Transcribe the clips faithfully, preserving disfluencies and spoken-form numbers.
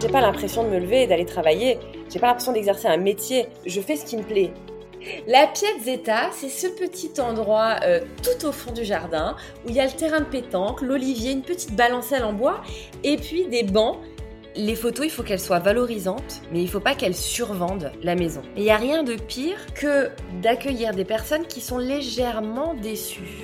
j'ai pas l'impression de me lever et d'aller travailler. J'ai pas l'impression d'exercer un métier. Je fais ce qui me plaît. La Piazzetta, c'est ce petit endroit euh, tout au fond du jardin où il y a le terrain de pétanque, l'olivier, une petite balancelle en bois et puis des bancs. Les photos, il faut qu'elles soient valorisantes, mais il ne faut pas qu'elles survendent la maison. Et il n'y a rien de pire que d'accueillir des personnes qui sont légèrement déçues.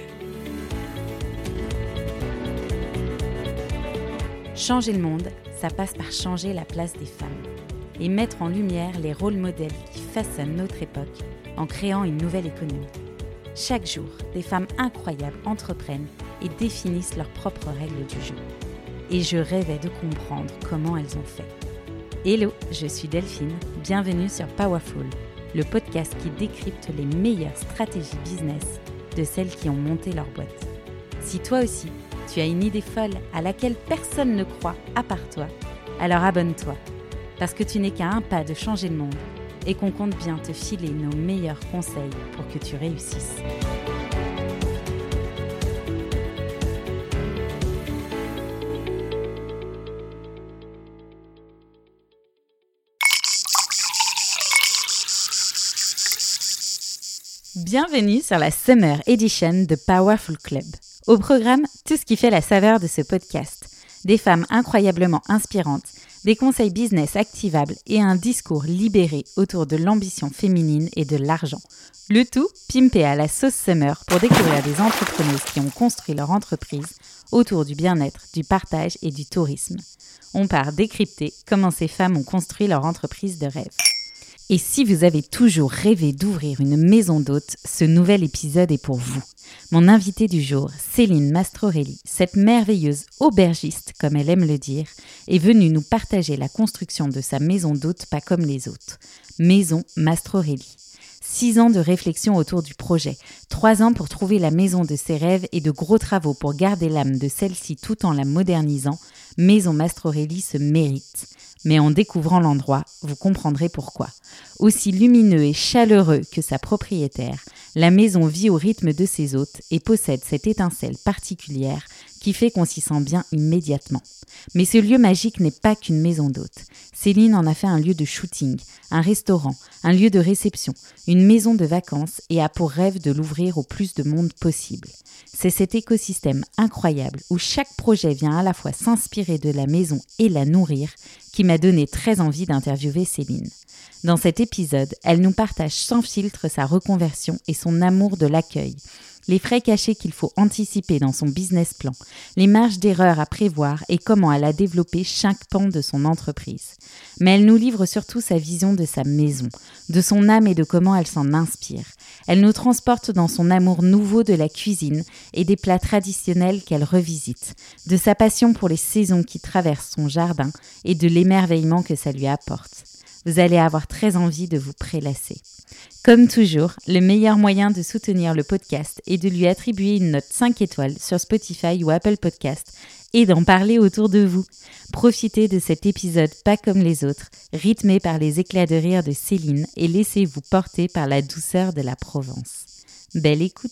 Changer le monde, ça passe par changer la place des femmes et mettre en lumière les rôles modèles qui façonnent notre époque en créant une nouvelle économie. Chaque jour, des femmes incroyables entreprennent et définissent leurs propres règles du jeu. Et je rêvais de comprendre comment elles ont fait. Hello, je suis Delphine, bienvenue sur Powerful, le podcast qui décrypte les meilleures stratégies business de celles qui ont monté leur boîte. Si toi aussi, tu as une idée folle à laquelle personne ne croit à part toi, alors abonne-toi, parce que tu n'es qu'à un pas de changer le monde et qu'on compte bien te filer nos meilleurs conseils pour que tu réussisses. Bienvenue sur la Summer Edition de Powerful Club. Au programme, tout ce qui fait la saveur de ce podcast. Des femmes incroyablement inspirantes, des conseils business activables et un discours libéré autour de l'ambition féminine et de l'argent. Le tout pimpé à la sauce summer pour découvrir des entrepreneuses qui ont construit leur entreprise autour du bien-être, du partage et du tourisme. On part décrypter comment ces femmes ont construit leur entreprise de rêve. Et si vous avez toujours rêvé d'ouvrir une maison d'hôtes, ce nouvel épisode est pour vous. Mon invitée du jour, Céline Mastrorelli, cette merveilleuse aubergiste, comme elle aime le dire, est venue nous partager la construction de sa maison d'hôtes pas comme les autres. Maison Mastrorelli. Six ans de réflexion autour du projet, trois ans pour trouver la maison de ses rêves et de gros travaux pour garder l'âme de celle-ci tout en la modernisant, Maison Mastrorelli se mérite. Mais en découvrant l'endroit, vous comprendrez pourquoi. Aussi lumineux et chaleureux que sa propriétaire, la maison vit au rythme de ses hôtes et possède cette étincelle particulière qui fait qu'on s'y sent bien immédiatement. Mais ce lieu magique n'est pas qu'une maison d'hôtes. Céline en a fait un lieu de shooting, un restaurant, un lieu de réception, une maison de vacances et a pour rêve de l'ouvrir au plus de monde possible. C'est cet écosystème incroyable où chaque projet vient à la fois s'inspirer de la maison et la nourrir qui m'a donné très envie d'interviewer Céline. Dans cet épisode, elle nous partage sans filtre sa reconversion et son amour de l'accueil, les frais cachés qu'il faut anticiper dans son business plan, les marges d'erreur à prévoir et comment elle a développé chaque pan de son entreprise. Mais elle nous livre surtout sa vision de sa maison, de son âme et de comment elle s'en inspire. Elle nous transporte dans son amour nouveau de la cuisine et des plats traditionnels qu'elle revisite, de sa passion pour les saisons qui traversent son jardin et de l'émerveillement que ça lui apporte. Vous allez avoir très envie de vous prélasser. Comme toujours, le meilleur moyen de soutenir le podcast est de lui attribuer une note cinq étoiles sur Spotify ou Apple Podcast et d'en parler autour de vous. Profitez de cet épisode pas comme les autres, rythmé par les éclats de rire de Céline et laissez-vous porter par la douceur de la Provence. Belle écoute!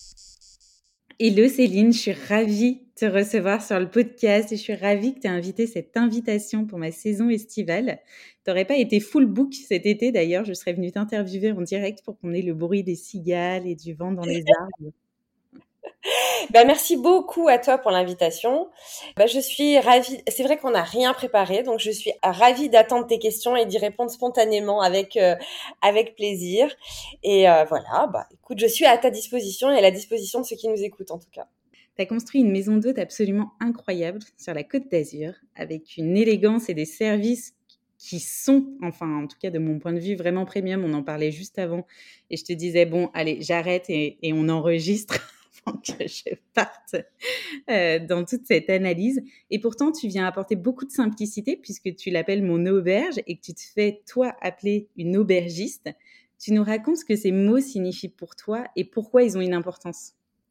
Hello Céline, je suis ravie de te recevoir sur le podcast et je suis ravie que tu aies invité cette invitation pour ma saison estivale. Tu n'aurais pas été full book cet été d'ailleurs, je serais venue t'interviewer en direct pour qu'on ait le bruit des cigales et du vent dans les arbres. Ben, merci beaucoup à toi pour l'invitation. Ben, je suis ravie. C'est vrai qu'on n'a rien préparé, donc je suis ravie d'attendre tes questions et d'y répondre spontanément avec euh, avec plaisir. Et euh, voilà, bah écoute, je suis à ta disposition et à la disposition de ceux qui nous écoutent en tout cas. Tu as construit une maison d'hôtes absolument incroyable sur la Côte d'Azur, avec une élégance et des services qui sont, enfin en tout cas de mon point de vue, vraiment premium. On en parlait juste avant et je te disais, bon, allez, j'arrête et, et on enregistre avant que je parte euh, dans toute cette analyse. Et pourtant, tu viens apporter beaucoup de simplicité puisque tu l'appelles mon auberge et que tu te fais, toi, appeler une aubergiste. Tu nous racontes ce que ces mots signifient pour toi et pourquoi ils ont une importance.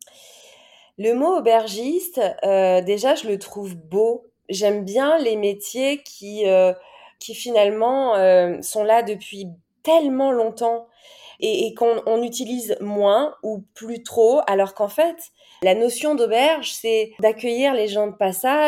Le mot aubergiste, euh, déjà, je le trouve beau. J'aime bien les métiers qui, euh, qui finalement euh, sont là depuis tellement longtemps et, et qu'on on utilise moins ou plus trop, alors qu'en fait, la notion d'auberge, c'est d'accueillir les gens de passage,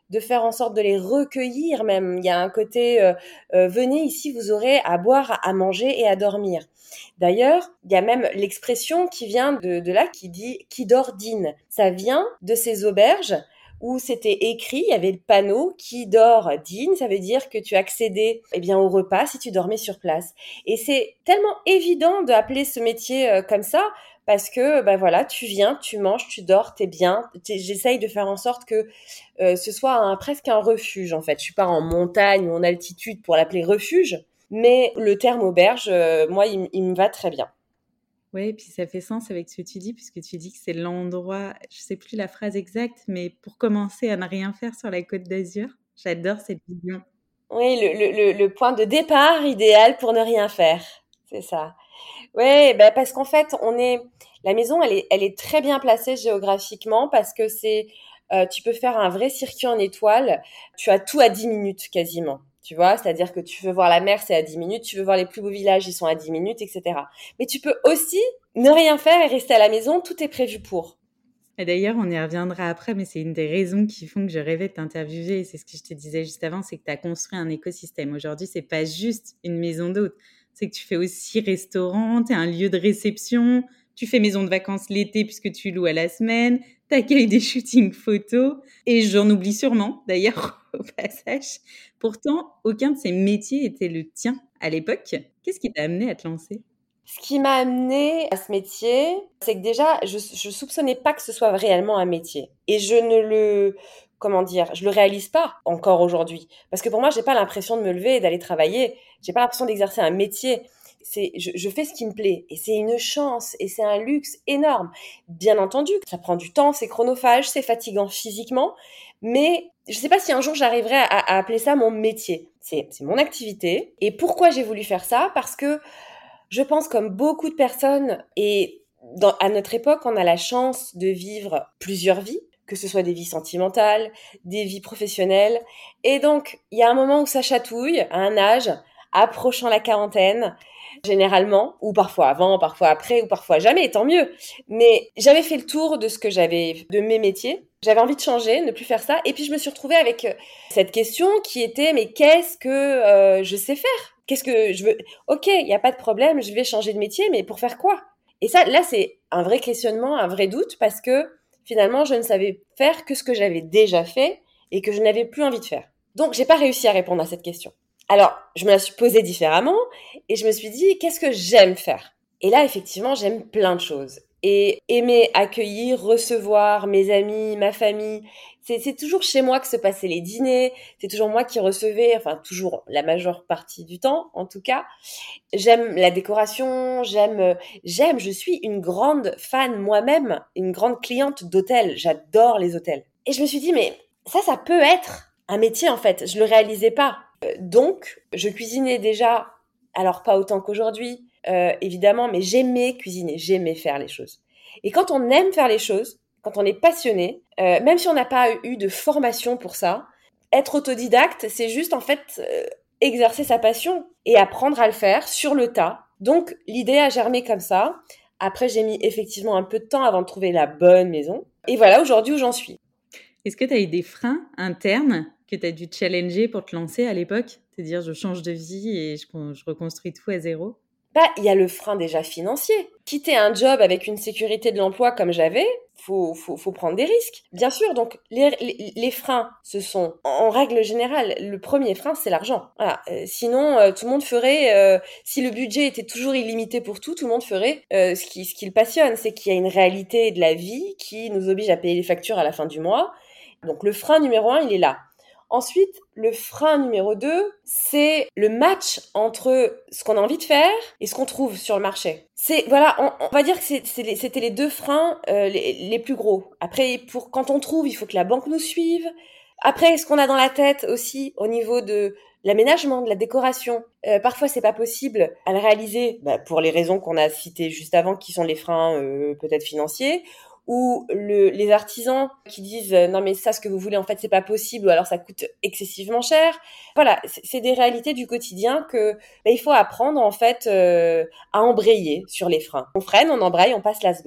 de faire en sorte de les recueillir même. Il y a un côté euh, euh, venez ici, vous aurez à boire, à manger et à dormir. D'ailleurs, il y a même l'expression qui vient de, de là qui dit qui dort dîne. Ça vient de ces auberges où c'était écrit, il y avait le panneau qui dort dîne, ça veut dire que tu accédais eh bien au repas si tu dormais sur place. Et c'est tellement évident d'appeler ce métier euh, comme ça parce que ben voilà, tu viens, tu manges, tu dors, t'es bien. T'es, j'essaye de faire en sorte que euh, ce soit un, presque un refuge en fait. Je suis pas en montagne ou en altitude pour l'appeler refuge, mais le terme auberge, euh, moi, il, il me va très bien. Oui, et puis ça fait sens avec ce que tu dis, puisque tu dis que c'est l'endroit, je sais plus la phrase exacte, mais pour commencer à ne rien faire sur la Côte d'Azur. J'adore cette vision. Oui, le, le, le, le point de départ idéal pour ne rien faire, c'est ça. Oui, ben parce qu'en fait, on est la maison, elle est, elle est très bien placée géographiquement parce que c'est, euh, tu peux faire un vrai circuit en étoile. Tu as tout à dix minutes quasiment. Tu vois, c'est-à-dire que tu veux voir la mer, c'est à dix minutes. Tu veux voir les plus beaux villages, ils sont à dix minutes, et cetera. Mais tu peux aussi ne rien faire et rester à la maison. Tout est prévu pour. Et d'ailleurs, on y reviendra après, mais c'est une des raisons qui font que je rêvais de t'interviewer. Et c'est ce que je te disais juste avant, c'est que tu as construit un écosystème. Aujourd'hui, c'est pas juste une maison d'hôte. C'est que tu fais aussi restaurant, tu es un lieu de réception, tu fais maison de vacances l'été puisque tu loues à la semaine, tu accueilles des shootings photos. Et j'en oublie sûrement, d'ailleurs, au passage. Pourtant, aucun de ces métiers était le tien à l'époque. Qu'est-ce qui t'a amené à te lancer ? Ce qui m'a amené à ce métier, c'est que déjà, je, je soupçonnais pas que ce soit réellement un métier. Et je ne le, comment dire, je le réalise pas encore aujourd'hui. Parce que pour moi, j'ai pas l'impression de me lever et d'aller travailler. J'ai pas l'impression d'exercer un métier. C'est, je, je fais ce qui me plaît. Et c'est une chance. Et c'est un luxe énorme. Bien entendu, ça prend du temps, c'est chronophage, c'est fatigant physiquement. Mais je sais pas si un jour j'arriverai à, à appeler ça mon métier. C'est, c'est mon activité. Et pourquoi j'ai voulu faire ça? Parce que je pense comme beaucoup de personnes, et dans, à notre époque, on a la chance de vivre plusieurs vies, que ce soit des vies sentimentales, des vies professionnelles. Et donc, il y a un moment où ça chatouille, à un âge, approchant la quarantaine, généralement, ou parfois avant, parfois après, ou parfois jamais, tant mieux. Mais j'avais fait le tour de ce que j'avais, de mes métiers. J'avais envie de changer, ne plus faire ça. Et puis, je me suis retrouvée avec cette question qui était, mais qu'est-ce que euh, je sais faire ? Qu'est-ce que je veux? Ok, il n'y a pas de problème, je vais changer de métier, mais pour faire quoi? Et ça, là, c'est un vrai questionnement, un vrai doute, parce que finalement, je ne savais faire que ce que j'avais déjà fait et que je n'avais plus envie de faire. Donc, j'ai pas réussi à répondre à cette question. Alors, je me la suis posée différemment et je me suis dit, qu'est-ce que j'aime faire? Et là, effectivement, j'aime plein de choses. Et aimer accueillir, recevoir mes amis, ma famille, c'est, c'est toujours chez moi que se passaient les dîners, c'est toujours moi qui recevais, enfin toujours la majeure partie du temps en tout cas. J'aime la décoration, j'aime, j'aime, je suis une grande fan moi-même, une grande cliente d'hôtels, j'adore les hôtels. Et je me suis dit, mais ça, ça peut être un métier en fait, je le réalisais pas. Euh, donc, je cuisinais déjà, alors pas autant qu'aujourd'hui, Euh, évidemment, mais j'aimais cuisiner, j'aimais faire les choses. Et quand on aime faire les choses, quand on est passionné, euh, même si on n'a pas eu de formation pour ça, être autodidacte, c'est juste en fait euh, exercer sa passion et apprendre à le faire sur le tas. Donc l'idée a germé comme ça. Après, j'ai mis effectivement un peu de temps avant de trouver la bonne maison. Et voilà aujourd'hui où j'en suis. Est-ce que tu as eu des freins internes que tu as dû challenger pour te lancer à l'époque? C'est-à-dire, je change de vie et je, je reconstruis tout à zéro? Bah, il y a le frein déjà financier. Quitter un job avec une sécurité de l'emploi comme j'avais, faut, faut, faut prendre des risques. Bien sûr, donc les, les, les freins, ce sont, en règle générale, le premier frein, c'est l'argent. Voilà. Euh, sinon, euh, tout le monde ferait, euh, si le budget était toujours illimité pour tout, tout le monde ferait euh, ce qui, ce qui le passionne. C'est qu'il y a une réalité de la vie qui nous oblige à payer les factures à la fin du mois. Donc le frein numéro un, il est là. Ensuite, le frein numéro deux, c'est le match entre ce qu'on a envie de faire et ce qu'on trouve sur le marché. C'est, voilà, on, on va dire que c'est, c'est les, c'était les deux freins euh, les, les plus gros. Après, pour quand on trouve, il faut que la banque nous suive. Après, ce qu'on a dans la tête aussi au niveau de l'aménagement, de la décoration, euh, parfois c'est pas possible à le réaliser bah, pour les raisons qu'on a citées juste avant, qui sont les freins euh, peut-être financiers, ou le, les artisans qui disent euh, non mais ça ce que vous voulez en fait c'est pas possible ou alors ça coûte excessivement cher. Voilà, c'est, c'est des réalités du quotidien que bah, il faut apprendre en fait euh, à embrayer sur les freins. On freine, on embraye, on passe la seconde.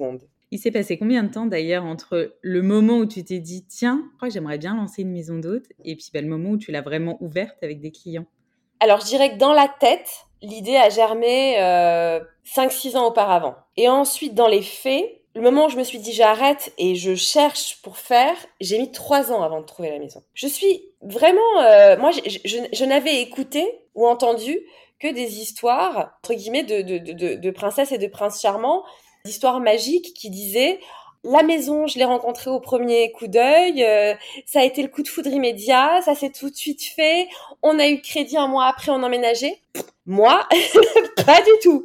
Il s'est passé combien de temps d'ailleurs entre le moment où tu t'es dit « Tiens, je crois que j'aimerais bien lancer une maison d'hôtes » et puis bah, le moment où tu l'as vraiment ouverte avec des clients? Alors, je dirais que dans la tête, l'idée a germé euh, cinq six ans auparavant. Et ensuite, dans les faits, le moment où je me suis dit j'arrête et je cherche pour faire, j'ai mis trois ans avant de trouver la maison. Je suis vraiment... Euh, moi, je, je, je n'avais écouté ou entendu que des histoires, entre guillemets, de, de, de, de princesses et de princes charmants, d'histoires magiques qui disaient... La maison, je l'ai rencontrée au premier coup d'œil, euh, ça a été le coup de foudre immédiat, ça s'est tout de suite fait, on a eu crédit un mois après, on a emménagé. Moi, pas du tout.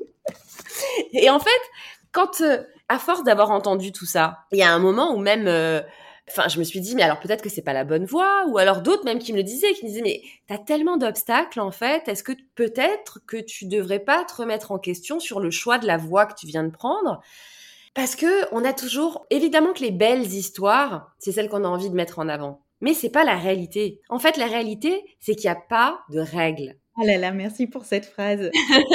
Et en fait, quand, euh, à force d'avoir entendu tout ça, il y a un moment où même, euh, enfin, je me suis dit, mais alors peut-être que c'est pas la bonne voie, ou alors d'autres même qui me le disaient, qui me disaient, mais t'as tellement d'obstacles en fait, est-ce que peut-être que tu devrais pas te remettre en question sur le choix de la voie que tu viens de prendre? Parce que on a toujours, évidemment que les belles histoires, c'est celles qu'on a envie de mettre en avant. Mais c'est pas la réalité. En fait, la réalité, c'est qu'il n'y a pas de règles. Oh là là, merci pour cette phrase.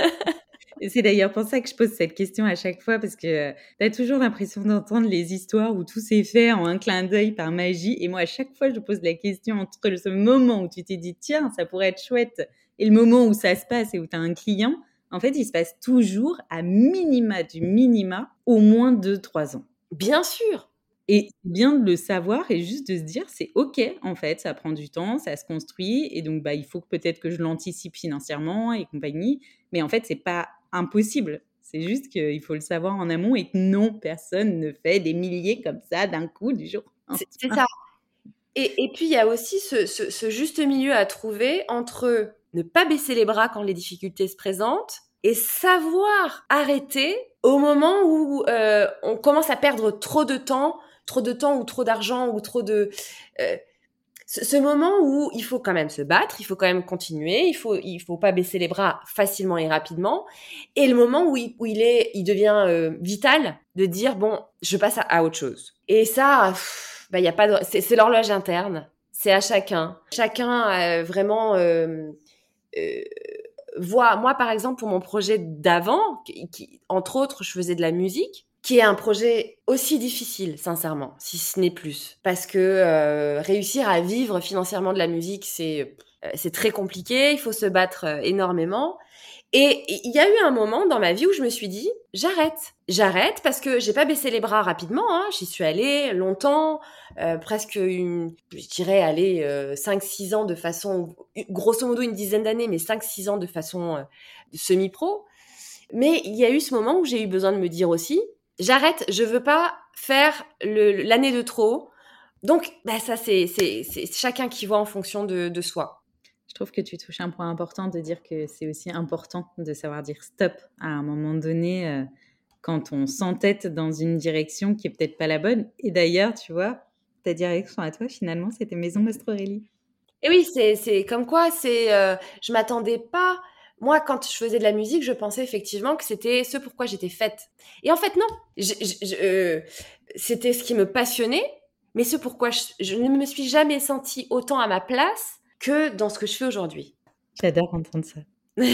C'est d'ailleurs pour ça que je pose cette question à chaque fois, parce que tu as toujours l'impression d'entendre les histoires où tout s'est fait en un clin d'œil par magie. Et moi, à chaque fois, je pose la question entre ce moment où tu t'es dit « Tiens, ça pourrait être chouette » et le moment où ça se passe et où tu as un client. En fait, il se passe toujours, à minima du minima, au moins deux trois ans. Bien sûr. Et c'est bien de le savoir et juste de se dire, c'est OK, en fait, ça prend du temps, ça se construit. Et donc, bah, il faut que peut-être que je l'anticipe financièrement et compagnie. Mais en fait, c'est pas impossible. C'est juste qu'il faut le savoir en amont et que non, personne ne fait des milliers comme ça d'un coup, du jour au C'est, c'est ça. Et, et puis, il y a aussi ce, ce, ce juste milieu à trouver entre ne pas baisser les bras quand les difficultés se présentent et savoir arrêter au moment où euh, on commence à perdre trop de temps, trop de temps ou trop d'argent ou trop de... Euh, ce, ce moment où il faut quand même se battre, il faut quand même continuer, il faut il faut pas baisser les bras facilement et rapidement, et le moment où il, où il est, il devient euh, vital de dire bon, je passe à, à autre chose. Et ça, pff, bah il y a pas de, c'est, c'est l'horloge interne, c'est à chacun. Chacun euh, vraiment euh, euh, voit. Moi par exemple pour mon projet d'avant, qui, qui, entre autres, je faisais de la musique, qui est un projet aussi difficile, sincèrement, si ce n'est plus. Parce que euh, réussir à vivre financièrement de la musique, c'est, euh, c'est très compliqué, il faut se battre euh, énormément. Et il y a eu un moment dans ma vie où je me suis dit, j'arrête. J'arrête parce que j'ai pas baissé les bras rapidement, hein. J'y suis allée longtemps, euh, presque une, je dirais, aller euh, cinq six ans de façon, grosso modo une dizaine d'années, mais cinq six ans de façon euh, semi-pro. Mais il y a eu ce moment où j'ai eu besoin de me dire aussi, j'arrête, je veux pas faire le, l'année de trop. Donc, bah ça, c'est, c'est, c'est chacun qui voit en fonction de, de soi. Je trouve que tu touches un point important de dire que c'est aussi important de savoir dire stop à un moment donné euh, quand on s'entête dans une direction qui est peut-être pas la bonne. Et d'ailleurs, tu vois, ta direction à toi, finalement, c'était Maison Mastrorelli. Et oui, c'est, c'est comme quoi, c'est, euh, je m'attendais pas... Moi, quand je faisais de la musique, je pensais effectivement que c'était ce pourquoi j'étais faite. Et en fait, non. Je, je, je, euh, c'était ce qui me passionnait, mais ce pourquoi je, je ne me suis jamais sentie autant à ma place que dans ce que je fais aujourd'hui. J'adore entendre ça.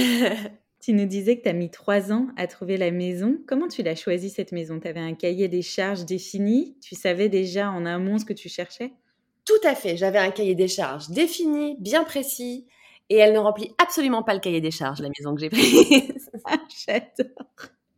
Tu nous disais que tu as mis trois ans à trouver la maison. Comment tu l'as choisie, cette maison? Tu avais un cahier des charges défini? Tu savais déjà en amont ce que tu cherchais? Tout à fait. J'avais un cahier des charges défini, bien précis. Et elle ne remplit absolument pas le cahier des charges, la maison que j'ai prise. Ah, j'adore.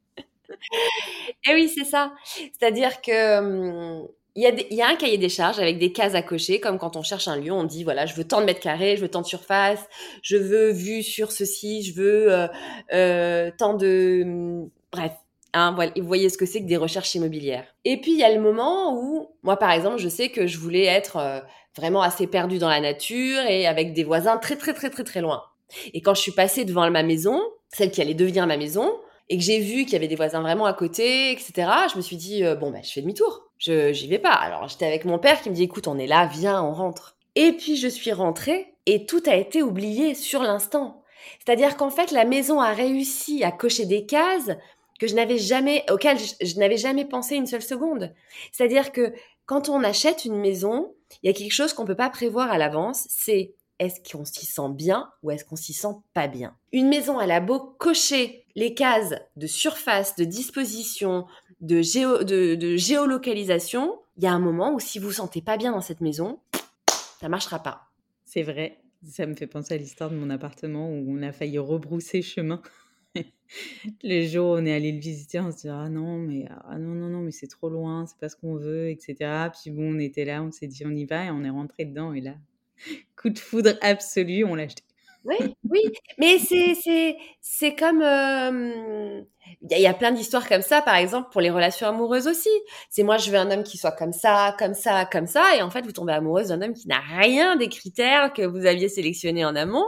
Et oui, c'est ça. C'est-à-dire que hum, il y a des, il y a un cahier des charges avec des cases à cocher, comme quand on cherche un lieu, on dit voilà, je veux tant de mètres carrés, je veux tant de surface, je veux vue sur ceci, je veux euh, euh, tant de hum, bref. Hein, voilà, vous voyez ce que c'est que des recherches immobilières. Et puis il y a le moment où moi, par exemple, je sais que je voulais être euh, vraiment assez perdue dans la nature et avec des voisins très très très très très loin. Et quand je suis passée devant ma maison, celle qui allait devenir ma maison, et que j'ai vu qu'il y avait des voisins vraiment à côté, et cetera, je me suis dit, euh, bon, bah, je fais demi-tour. Je, j'y vais pas. Alors, j'étais avec mon père qui me dit, écoute, on est là, viens, on rentre. Et puis, je suis rentrée et tout a été oublié sur l'instant. C'est-à-dire qu'en fait, la maison a réussi à cocher des cases que je n'avais jamais, auxquelles je, je n'avais jamais pensé une seule seconde. C'est-à-dire que quand on achète une maison, il y a quelque chose qu'on peut pas prévoir à l'avance, c'est est-ce qu'on s'y sent bien ou est-ce qu'on s'y sent pas bien? Une maison, elle a beau cocher les cases de surface, de disposition, de, géo, de, de géolocalisation, il y a un moment où si vous ne vous sentez pas bien dans cette maison, ça ne marchera pas. C'est vrai. Ça me fait penser à l'histoire de mon appartement où on a failli rebrousser chemin. Le jour où on est allé le visiter, on se dit « Ah non, mais ah non, non, non, mais c'est trop loin, c'est pas ce qu'on veut, et cetera » Puis bon, on était là, on s'est dit « On y va » et on est rentré dedans. Et là, coup de foudre absolu, on l'a acheté. Oui, oui, mais c'est c'est c'est comme euh, il y, a- il y a plein d'histoires comme ça, par exemple pour les relations amoureuses aussi. C'est moi je veux un homme qui soit comme ça, comme ça, comme ça, et en fait vous tombez amoureuse d'un homme qui n'a rien des critères que vous aviez sélectionnés en amont,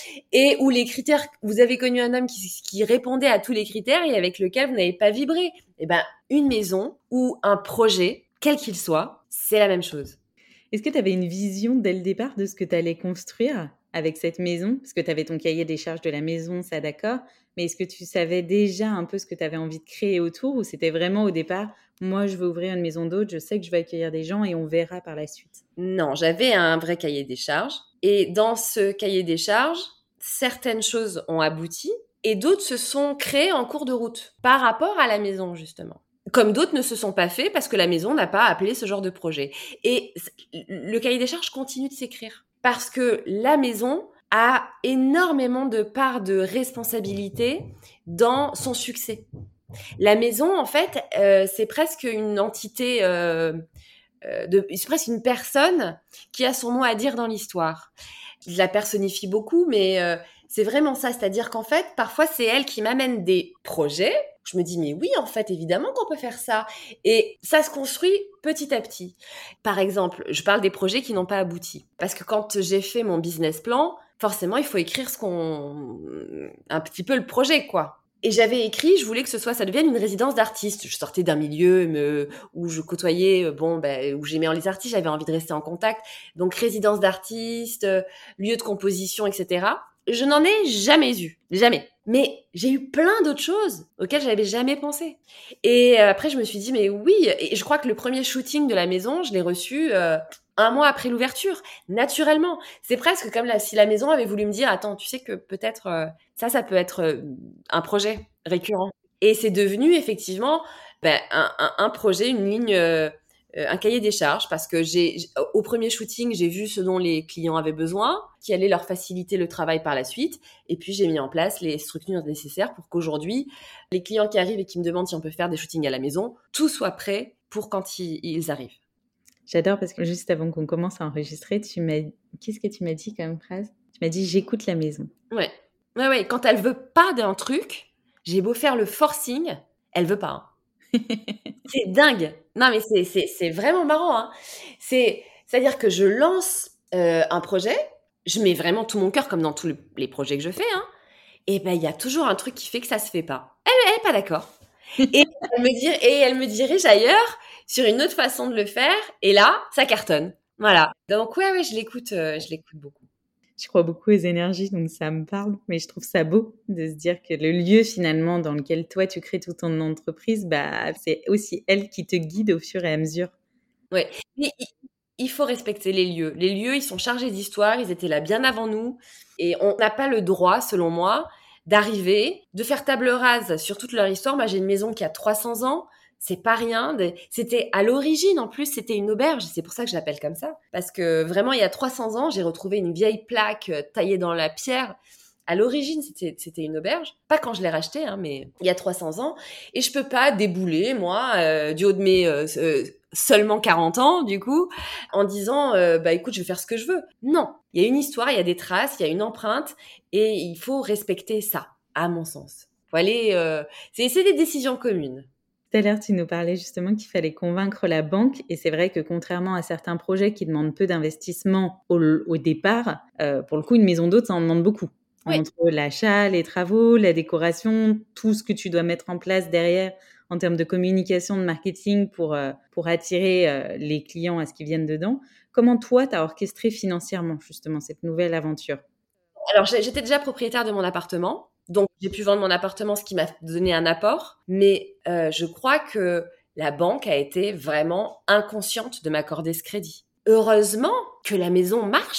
et où les critères, vous avez connu un homme qui qui répondait à tous les critères et avec lequel vous n'avez pas vibré. Eh ben une maison ou un projet, quel qu'il soit, c'est la même chose. Est-ce que tu avais une vision dès le départ de ce que tu allais construire avec cette maison? Parce que tu avais ton cahier des charges de la maison, ça d'accord. Mais est-ce que tu savais déjà un peu ce que tu avais envie de créer autour ou c'était vraiment au départ, moi je veux ouvrir une maison d'hôtes, je sais que je vais accueillir des gens et on verra par la suite? Non, j'avais un vrai cahier des charges. Et dans ce cahier des charges, certaines choses ont abouti et d'autres se sont créées en cours de route par rapport à la maison, justement. Comme d'autres ne se sont pas faits parce que la maison n'a pas appelé ce genre de projet. Et le cahier des charges continue de s'écrire parce que la maison a énormément de part de responsabilité dans son succès. La maison, en fait, euh, c'est presque une entité... Euh, euh, de, c'est presque une personne qui a son mot à dire dans l'histoire. Je la personnifie beaucoup, mais euh, c'est vraiment ça. C'est-à-dire qu'en fait, parfois, c'est elle qui m'amène des projets. Je me dis, mais oui, en fait, évidemment qu'on peut faire ça. Et ça se construit petit à petit. Par exemple, je parle des projets qui n'ont pas abouti. Parce que quand j'ai fait mon business plan, forcément, il faut écrire ce qu'on... un petit peu le projet, quoi. Et j'avais écrit, je voulais que ce soit, ça devienne une résidence d'artiste. Je sortais d'un milieu me, où je côtoyais, bon, ben, où j'aimais les artistes, j'avais envie de rester en contact. Donc, résidence d'artiste, lieu de composition, et cetera. Je n'en ai jamais eu, jamais. Mais j'ai eu plein d'autres choses auxquelles j'avais jamais pensé. Et après, je me suis dit, mais oui. Et je crois que le premier shooting de la maison, je l'ai reçu euh, un mois après l'ouverture, naturellement. C'est presque comme là, si la maison avait voulu me dire, attends, tu sais que peut-être euh, ça, ça peut être euh, un projet récurrent. Et c'est devenu effectivement ben, un, un, un projet, une ligne, euh, un cahier des charges, parce que j'ai, au premier shooting, j'ai vu ce dont les clients avaient besoin, qui allait leur faciliter le travail par la suite. Et puis, j'ai mis en place les structures nécessaires pour qu'aujourd'hui, les clients qui arrivent et qui me demandent si on peut faire des shootings à la maison, tout soit prêt pour quand ils, ils arrivent. J'adore parce que juste avant qu'on commence à enregistrer, tu m'as... qu'est-ce que tu m'as dit comme phrase? Tu m'as dit « j'écoute la maison ». Ouais. Ouais, ouais. Quand elle veut pas d'un truc, j'ai beau faire le forcing, elle veut pas. Hein. C'est dingue. Non, mais c'est, c'est, c'est vraiment marrant. Hein. C'est, c'est-à-dire que je lance euh, un projet, je mets vraiment tout mon cœur, comme dans tous les projets que je fais, hein, et ben il y a toujours un truc qui fait que ça se fait pas. Elle, elle est pas d'accord. Et elle, me dir- et elle me dirige ailleurs sur une autre façon de le faire, et là, ça cartonne. Voilà. Donc ouais, ouais, je l'écoute, euh, je l'écoute beaucoup. Je crois beaucoup aux énergies, donc ça me parle. Mais je trouve ça beau de se dire que le lieu, finalement, dans lequel toi, tu crées toute ton entreprise, bah, c'est aussi elle qui te guide au fur et à mesure. Ouais. Mais il, il faut respecter les lieux. Les lieux, ils sont chargés d'histoire. Ils étaient là bien avant nous. Et on n'a pas le droit, selon moi, d'arriver, de faire table rase sur toute leur histoire. Moi, j'ai une maison qui a trois cents ans. C'est pas rien. C'était à l'origine, en plus, c'était une auberge. C'est pour ça que je l'appelle comme ça. Parce que vraiment, il y a trois cents ans, j'ai retrouvé une vieille plaque taillée dans la pierre. À l'origine, c'était, c'était une auberge. Pas quand je l'ai rachetée, hein, mais il y a trois cents ans. Et je peux pas débouler, moi, euh, du haut de mes euh, euh, seulement quarante ans, du coup, en disant, euh, bah écoute, je vais faire ce que je veux. Non. Il y a une histoire, il y a des traces, il y a une empreinte. Et il faut respecter ça, à mon sens. Faut aller, euh, c'est, c'est des décisions communes. Tout à l'heure, tu nous parlais justement qu'il fallait convaincre la banque. Et c'est vrai que contrairement à certains projets qui demandent peu d'investissement au, au départ, euh, pour le coup, une maison d'hôte, ça en demande beaucoup. Oui. Entre l'achat, les travaux, la décoration, tout ce que tu dois mettre en place derrière en termes de communication, de marketing pour, euh, pour attirer euh, les clients à ce qu'ils viennent dedans. Comment toi, tu as orchestré financièrement justement cette nouvelle aventure? Alors, j'étais déjà propriétaire de mon appartement. Donc, j'ai pu vendre mon appartement, ce qui m'a donné un apport. Mais euh, je crois que la banque a été vraiment inconsciente de m'accorder ce crédit. Heureusement que la maison marche,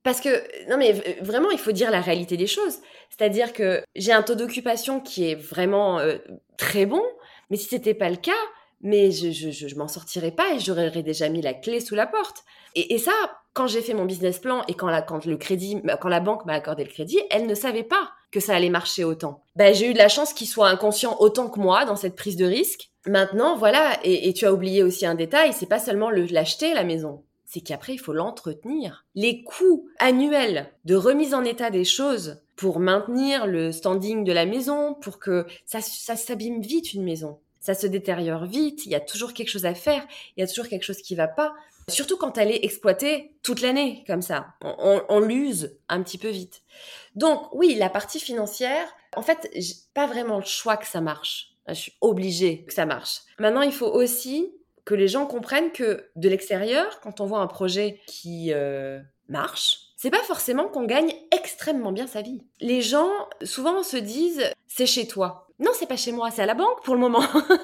Parce que, non mais v- vraiment, il faut dire la réalité des choses. C'est-à-dire que j'ai un taux d'occupation qui est vraiment euh, très bon, mais si c'était pas le cas, mais je, je, je, je m'en sortirais pas et j'aurais déjà mis la clé sous la porte. Et, et ça, quand j'ai fait mon business plan et quand la, quand le crédit, quand la banque m'a accordé le crédit, elle ne savait pas que ça allait marcher autant. Ben, j'ai eu de la chance qu'il soit inconscient autant que moi dans cette prise de risque. Maintenant, voilà, et, et tu as oublié aussi un détail, c'est pas seulement le, l'acheter, la maison. C'est qu'après, il faut l'entretenir. Les coûts annuels de remise en état des choses pour maintenir le standing de la maison, pour que ça, ça s'abîme vite, une maison. Ça se détériore vite, il y a toujours quelque chose à faire, il y a toujours quelque chose qui va pas. Surtout quand elle est exploitée toute l'année, comme ça. On, on, on l'use un petit peu vite. Donc, oui, la partie financière, en fait, j'ai pas vraiment le choix que ça marche. Je suis obligée que ça marche. Maintenant, il faut aussi que les gens comprennent que de l'extérieur, quand on voit un projet qui euh, marche, c'est pas forcément qu'on gagne extrêmement bien sa vie. Les gens, souvent, se disent « c'est chez toi ». Non, c'est pas chez moi, c'est à la banque pour le moment.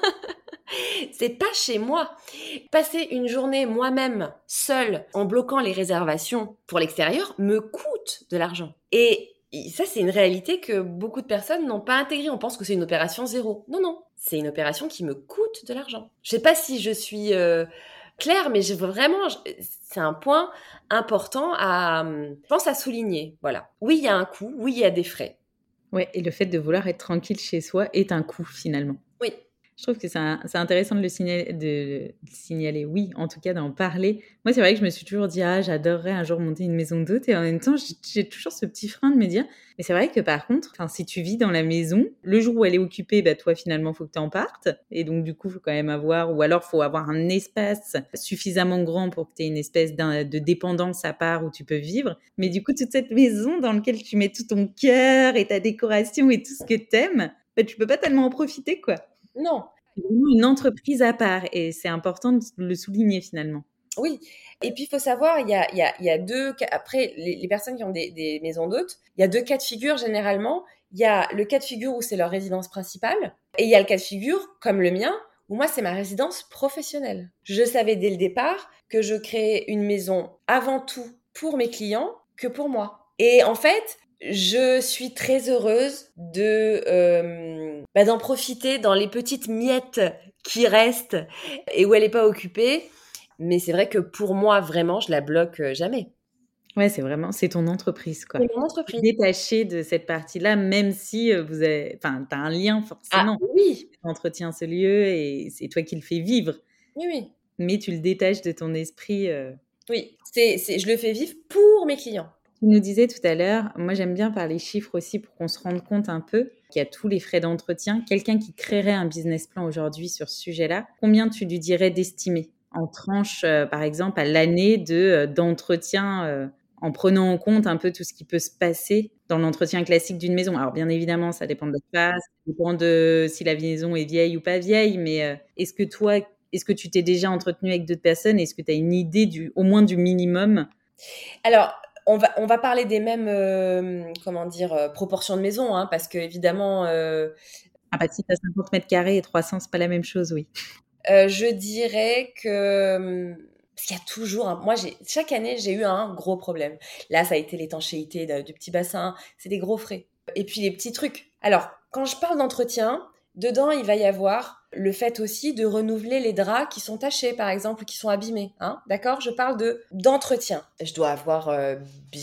C'est pas chez moi. Passer une journée moi-même, seule, en bloquant les réservations pour l'extérieur, me coûte de l'argent. Et ça, c'est une réalité que beaucoup de personnes n'ont pas intégrée. On pense que c'est une opération zéro. Non, non. C'est une opération qui me coûte de l'argent. Je sais pas si je suis euh, claire, mais j'ai vraiment, c'est un point important à, je pense, à souligner. Voilà. Oui, il y a un coût. Oui, il y a des frais. Ouais, et le fait de vouloir être tranquille chez soi est un coût finalement. Oui. Je trouve que c'est, un, c'est intéressant de le, signaler, de le signaler, oui, en tout cas d'en parler. Moi, c'est vrai que je me suis toujours dit, ah, j'adorerais un jour monter une maison d'hôte. Et en même temps, j'ai, j'ai toujours ce petit frein de me dire, mais c'est vrai que par contre, si tu vis dans la maison, le jour où elle est occupée, bah, toi, finalement, il faut que tu en partes. Et donc, du coup, il faut quand même avoir, ou alors, il faut avoir un espace suffisamment grand pour que tu aies une espèce de dépendance à part où tu peux vivre. Mais du coup, toute cette maison dans laquelle tu mets tout ton cœur et ta décoration et tout ce que t'aimes, bah, tu peux pas tellement en profiter, quoi. Non. C'est vraiment une entreprise à part et c'est important de le souligner finalement. Oui, et puis il faut savoir, il y a, il y a, il y a deux, après les, les personnes qui ont des, des maisons d'hôtes, il y a deux cas de figure généralement. Il y a le cas de figure où c'est leur résidence principale et il y a le cas de figure, comme le mien, où moi c'est ma résidence professionnelle. Je savais dès le départ que je créais une maison avant tout pour mes clients que pour moi. Et en fait, je suis très heureuse de euh, bah, d'en profiter dans les petites miettes qui restent et où elle n'est pas occupée. Mais c'est vrai que pour moi, vraiment, je la bloque jamais. Ouais, c'est vraiment, c'est ton entreprise, quoi. C'est mon entreprise. Détaché de cette partie-là, même si vous avez, enfin, t'as un lien forcément. Ah oui. Tu entretiens ce lieu et c'est toi qui le fais vivre. Oui, oui. Mais tu le détaches de ton esprit. Euh... Oui, c'est, c'est, je le fais vivre pour mes clients. Tu nous disais tout à l'heure, moi j'aime bien parler chiffres aussi pour qu'on se rende compte un peu qu'il y a tous les frais d'entretien. Quelqu'un qui créerait un business plan aujourd'hui sur ce sujet-là, combien tu lui dirais d'estimer en tranche, euh, par exemple, à l'année de, euh, d'entretien, euh, en prenant en compte un peu tout ce qui peut se passer dans l'entretien classique d'une maison. Alors, bien évidemment, ça dépend de l'espace, ça dépend de si la maison est vieille ou pas vieille, mais euh, est-ce que toi, est-ce que tu t'es déjà entretenu avec d'autres personnes? Est-ce que tu as une idée du, au moins du minimum? Alors, on va, on va parler des mêmes, euh, comment dire, euh, proportions de maison, hein, parce que évidemment... Euh, ah bah si tu as cinquante mètres carrés et trois cents, c'est pas la même chose, oui. Euh, je dirais que parce qu'il y a toujours un... moi j'ai chaque année j'ai eu un gros problème. Là ça a été l'étanchéité de, du petit bassin, c'est des gros frais. Et puis les petits trucs. Alors quand je parle d'entretien, dedans il va y avoir le fait aussi de renouveler les draps qui sont tachés par exemple ou qui sont abîmés, hein, d'accord? Je parle de d'entretien. Je dois avoir euh,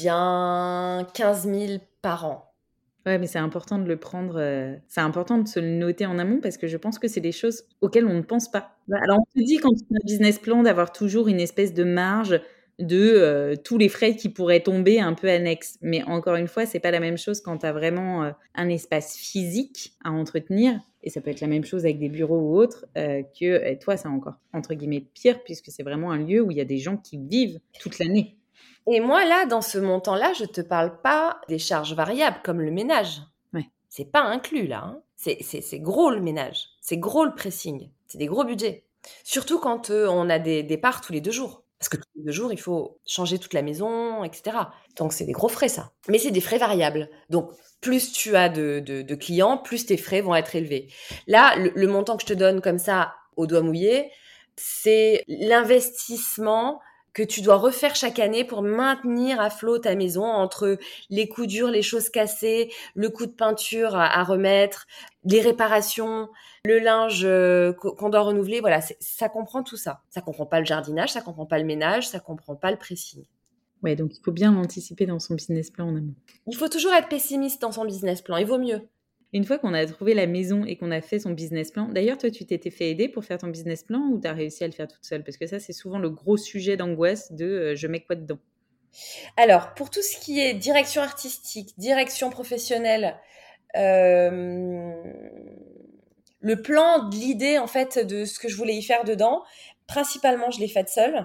bien quinze mille par an. Ouais, mais c'est important de le prendre, euh, c'est important de se le noter en amont parce que je pense que c'est des choses auxquelles on ne pense pas. Alors, on te dit quand tu as un business plan d'avoir toujours une espèce de marge de euh, tous les frais qui pourraient tomber un peu annexes. Mais encore une fois, c'est pas la même chose quand tu as vraiment euh, un espace physique à entretenir. Et ça peut être la même chose avec des bureaux ou autres euh, que et toi, c'est encore entre guillemets pire puisque c'est vraiment un lieu où il y a des gens qui vivent toute l'année. Et moi, là, dans ce montant-là, je te parle pas des charges variables comme le ménage. Ouais. C'est pas inclus, là. Hein. C'est, c'est, c'est gros, le ménage. C'est gros, le pressing. C'est des gros budgets. Surtout quand euh, on a des départs tous les deux jours. Parce que tous les deux jours, il faut changer toute la maison, et cetera. Donc, c'est des gros frais, ça. Mais c'est des frais variables. Donc, plus tu as de, de, de clients, plus tes frais vont être élevés. Là, le, le montant que je te donne comme ça, au doigt mouillé, c'est l'investissement que tu dois refaire chaque année pour maintenir à flot ta maison entre les coups durs, les choses cassées, le coup de peinture à, à remettre, les réparations, le linge euh, qu'on doit renouveler. Voilà, c'est, ça comprend tout ça. Ça comprend pas le jardinage, ça comprend pas le ménage, ça comprend pas le pressing. Ouais, donc il faut bien l'anticiper dans son business plan en amont. Il faut toujours être pessimiste dans son business plan, il vaut mieux. Une fois qu'on a trouvé la maison et qu'on a fait son business plan, d'ailleurs, toi, tu t'étais fait aider pour faire ton business plan ou tu as réussi à le faire toute seule? Parce que ça, c'est souvent le gros sujet d'angoisse de euh, je mets quoi dedans? Alors, pour tout ce qui est direction artistique, direction professionnelle, euh, le plan, l'idée en fait de ce que je voulais y faire dedans, principalement, je l'ai faite seule.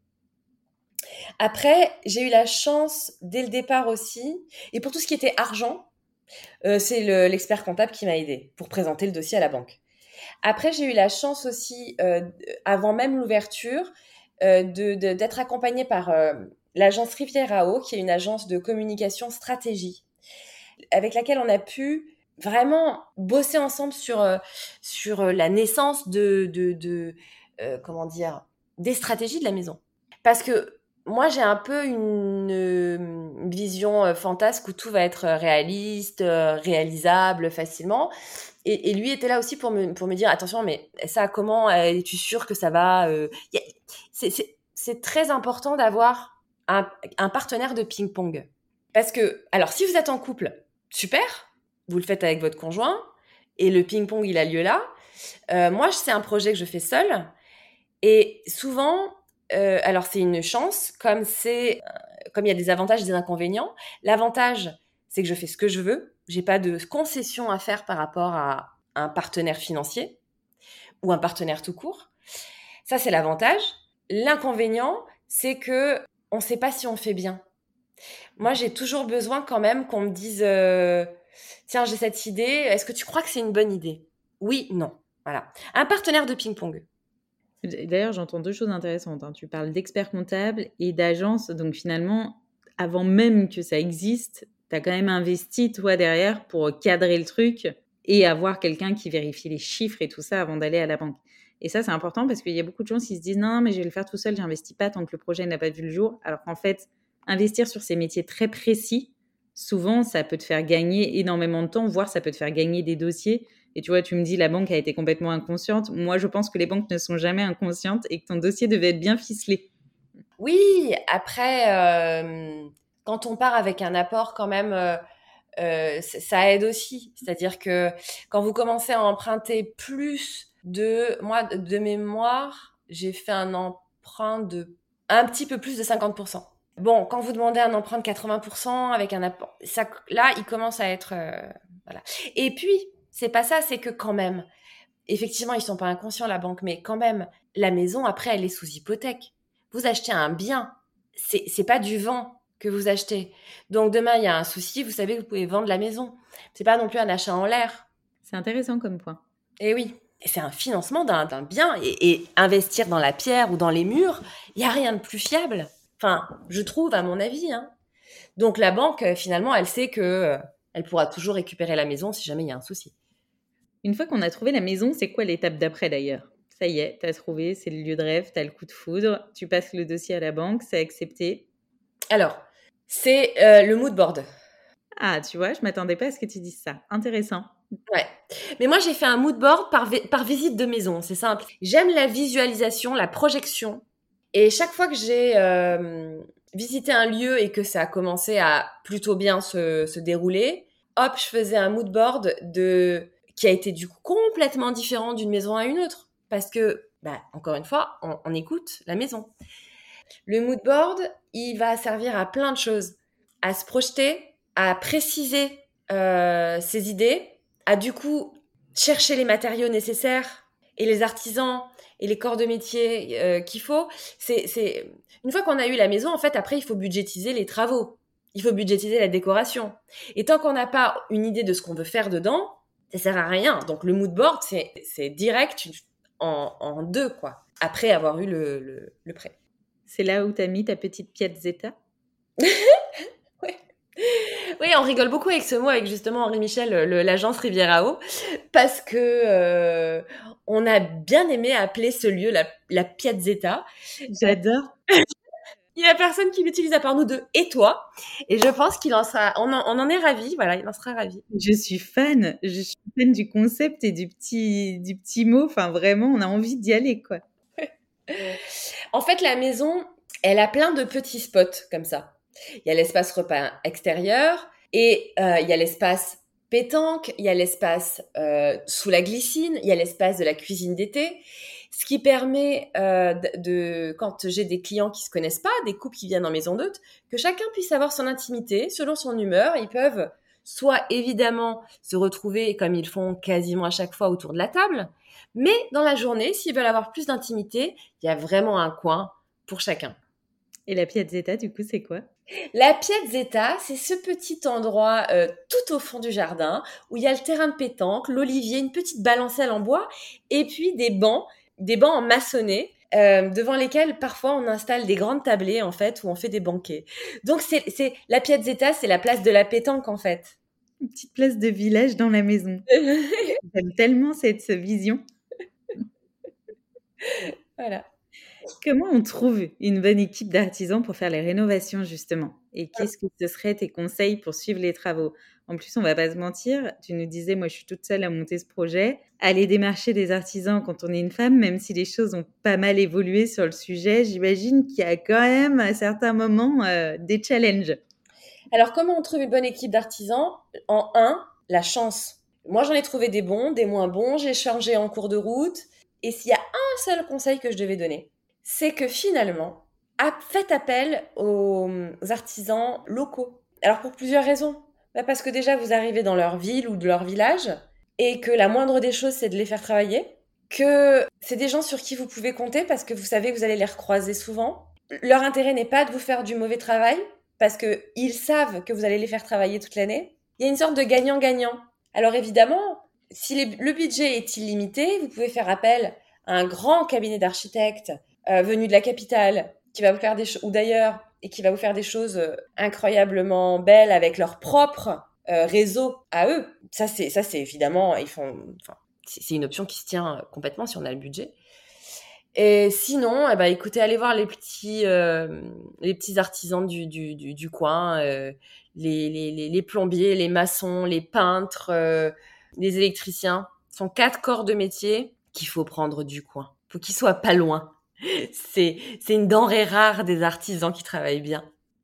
Après, j'ai eu la chance dès le départ aussi, et pour tout ce qui était argent, Euh, c'est le, l'expert comptable qui m'a aidée pour présenter le dossier à la banque. Après, j'ai eu la chance aussi, euh, avant même l'ouverture, euh, de, de, d'être accompagnée par euh, l'agence Riviera-O, qui est une agence de communication stratégie, avec laquelle on a pu vraiment bosser ensemble sur, euh, sur la naissance de, de, de euh, comment dire, des stratégies de la maison. Parce que moi, j'ai un peu une, une vision euh, fantasque où tout va être réaliste, euh, réalisable facilement. Et, et lui était là aussi pour me, pour me dire, attention, mais ça, comment es-tu sûre que ça va euh, y a, c'est, c'est, c'est très important d'avoir un, un partenaire de ping-pong. Parce que, alors, si vous êtes en couple, super, vous le faites avec votre conjoint, et le ping-pong, il a lieu là. Euh, moi, c'est un projet que je fais seule. Et souvent... Euh, alors c'est une chance, comme c'est, euh, comme il y a des avantages et des inconvénients. L'avantage, c'est que je fais ce que je veux. J'ai pas de concession à faire par rapport à un partenaire financier ou un partenaire tout court. Ça, c'est l'avantage. L'inconvénient, c'est que on sait pas si on fait bien. Moi, j'ai toujours besoin quand même qu'on me dise, euh, tiens, j'ai cette idée. Est-ce que tu crois que c'est une bonne idée? Oui, non. Voilà. Un partenaire de ping-pong. D'ailleurs, j'entends deux choses intéressantes. Hein. Tu parles d'expert comptable et d'agence. Donc finalement, avant même que ça existe, tu as quand même investi, toi, derrière, pour cadrer le truc et avoir quelqu'un qui vérifie les chiffres et tout ça avant d'aller à la banque. Et ça, c'est important parce qu'il y a beaucoup de gens qui se disent « Non, mais je vais le faire tout seul, j'investis pas tant que le projet n'a pas vu le jour. » Alors qu'en fait, investir sur ces métiers très précis, souvent, ça peut te faire gagner énormément de temps, voire ça peut te faire gagner des dossiers. Et tu vois, tu me dis la banque a été complètement inconsciente. Moi, je pense que les banques ne sont jamais inconscientes et que ton dossier devait être bien ficelé. Oui, après, euh, quand on part avec un apport quand même, euh, euh, ça aide aussi. C'est-à-dire que quand vous commencez à emprunter plus de... Moi, de mémoire, j'ai fait un emprunt de un petit peu plus de cinquante pour cent. Bon, quand vous demandez un emprunt de quatre-vingts pour cent avec un apport, ça, là, il commence à être... Euh, voilà. Et puis... C'est pas ça, c'est que quand même, effectivement, ils sont pas inconscients, la banque, mais quand même, la maison, après, elle est sous hypothèque. Vous achetez un bien, c'est, c'est pas du vent que vous achetez. Donc, demain, il y a un souci, vous savez que vous pouvez vendre la maison. C'est pas non plus un achat en l'air. C'est intéressant comme point. Et oui, et c'est un financement d'un, d'un bien. Et, et investir dans la pierre ou dans les murs, il y a rien de plus fiable. Enfin, je trouve, à mon avis. Hein. Donc, la banque, finalement, elle sait que euh, elle pourra toujours récupérer la maison si jamais il y a un souci. Une fois qu'on a trouvé la maison, c'est quoi l'étape d'après d'ailleurs? Ça y est, t'as trouvé, c'est le lieu de rêve, t'as le coup de foudre, tu passes le dossier à la banque, c'est accepté. Alors, c'est euh, le mood board. Ah, tu vois, je m'attendais pas à ce que tu dises ça. Intéressant. Ouais. Mais moi, j'ai fait un mood board par, vi- par visite de maison, c'est simple. J'aime la visualisation, la projection. Et chaque fois que j'ai euh, visité un lieu et que ça a commencé à plutôt bien se, se dérouler, hop, je faisais un mood board de... qui a été du coup complètement différent d'une maison à une autre. Parce que, bah, encore une fois, on, on écoute la maison. Le mood board, il va servir à plein de choses. À se projeter, à préciser euh, ses idées, à du coup chercher les matériaux nécessaires et les artisans et les corps de métier euh, qu'il faut. C'est, c'est... Une fois qu'on a eu la maison, en fait, après, il faut budgétiser les travaux. Il faut budgétiser la décoration. Et tant qu'on n'a pas une idée de ce qu'on veut faire dedans, ça sert à rien. Donc, le mood board, c'est, c'est direct en, en deux, quoi. Après avoir eu le, le, le prêt. C'est là où tu as mis ta petite piazzetta? Oui. Oui, on rigole beaucoup avec ce mot, avec justement Henri Michel, le, l'agence Riviera-O, parce que euh, on a bien aimé appeler ce lieu la, la piazzetta. J'adore. Il y a personne qui l'utilise à part nous deux et toi. Et je pense qu'il en sera, on en, on en est ravis. Voilà, il en sera ravi. Je suis fan. Je suis fan du concept et du petit, du petit mot. Enfin, vraiment, on a envie d'y aller, quoi. En fait, la maison, elle a plein de petits spots comme ça. Il y a l'espace repas extérieur et euh, il y a l'espace pétanque, il y a l'espace euh, sous la glycine, il y a l'espace de la cuisine d'été. Ce qui permet, euh, de, de, quand j'ai des clients qui se connaissent pas, des couples qui viennent en maison d'hôte, que chacun puisse avoir son intimité selon son humeur. Ils peuvent soit évidemment se retrouver comme ils font quasiment à chaque fois autour de la table, mais dans la journée, s'ils veulent avoir plus d'intimité, il y a vraiment un coin pour chacun. Et la piazzetta, du coup, c'est quoi ? La piazzetta, c'est ce petit endroit euh, tout au fond du jardin où il y a le terrain de pétanque, l'olivier, une petite balancelle en bois et puis des bancs, des bancs en maçonné euh, devant lesquels parfois on installe des grandes tablées en fait où on fait des banquets. Donc c'est, c'est la piazzetta, c'est la place de la pétanque en fait. Une petite place de village dans la maison. J'aime tellement cette vision. Voilà. Comment on trouve une bonne équipe d'artisans pour faire les rénovations, justement ? Et qu'est-ce que ce serait tes conseils pour suivre les travaux ? En plus, on va pas se mentir, tu nous disais, moi, je suis toute seule à monter ce projet. Aller démarcher des artisans quand on est une femme, même si les choses ont pas mal évolué sur le sujet, j'imagine qu'il y a quand même, à certains moments, euh, des challenges. Alors, comment on trouve une bonne équipe d'artisans ? En un, la chance. Moi, j'en ai trouvé des bons, des moins bons, j'ai changé en cours de route. Et s'il y a un seul conseil que je devais donner, c'est que finalement, faites appel aux artisans locaux. Alors pour plusieurs raisons. Bah parce que déjà, vous arrivez dans leur ville ou de leur village et que la moindre des choses, c'est de les faire travailler. Que c'est des gens sur qui vous pouvez compter parce que vous savez que vous allez les recroiser souvent. Leur intérêt n'est pas de vous faire du mauvais travail parce qu'ils savent que vous allez les faire travailler toute l'année. Il y a une sorte de gagnant-gagnant. Alors évidemment, si les, le budget est illimité, vous pouvez faire appel à un grand cabinet d'architectes euh, venu de la capitale qui va vous faire des choses, ou d'ailleurs, et qui va vous faire des choses euh, incroyablement belles avec leur propre euh, réseau à eux. Ça, c'est, ça, c'est évidemment, ils font, enfin, c'est, c'est une option qui se tient complètement si on a le budget. Et sinon, eh ben, écoutez, allez voir les petits, euh, les petits artisans du, du, du, du coin, euh, les, les, les, les plombiers, les maçons, les peintres, euh, les électriciens. Ce sont quatre corps de métier qu'il faut prendre du coin. Il faut qu'ils soient pas loin. C'est, c'est une denrée rare des artisans qui travaillent bien.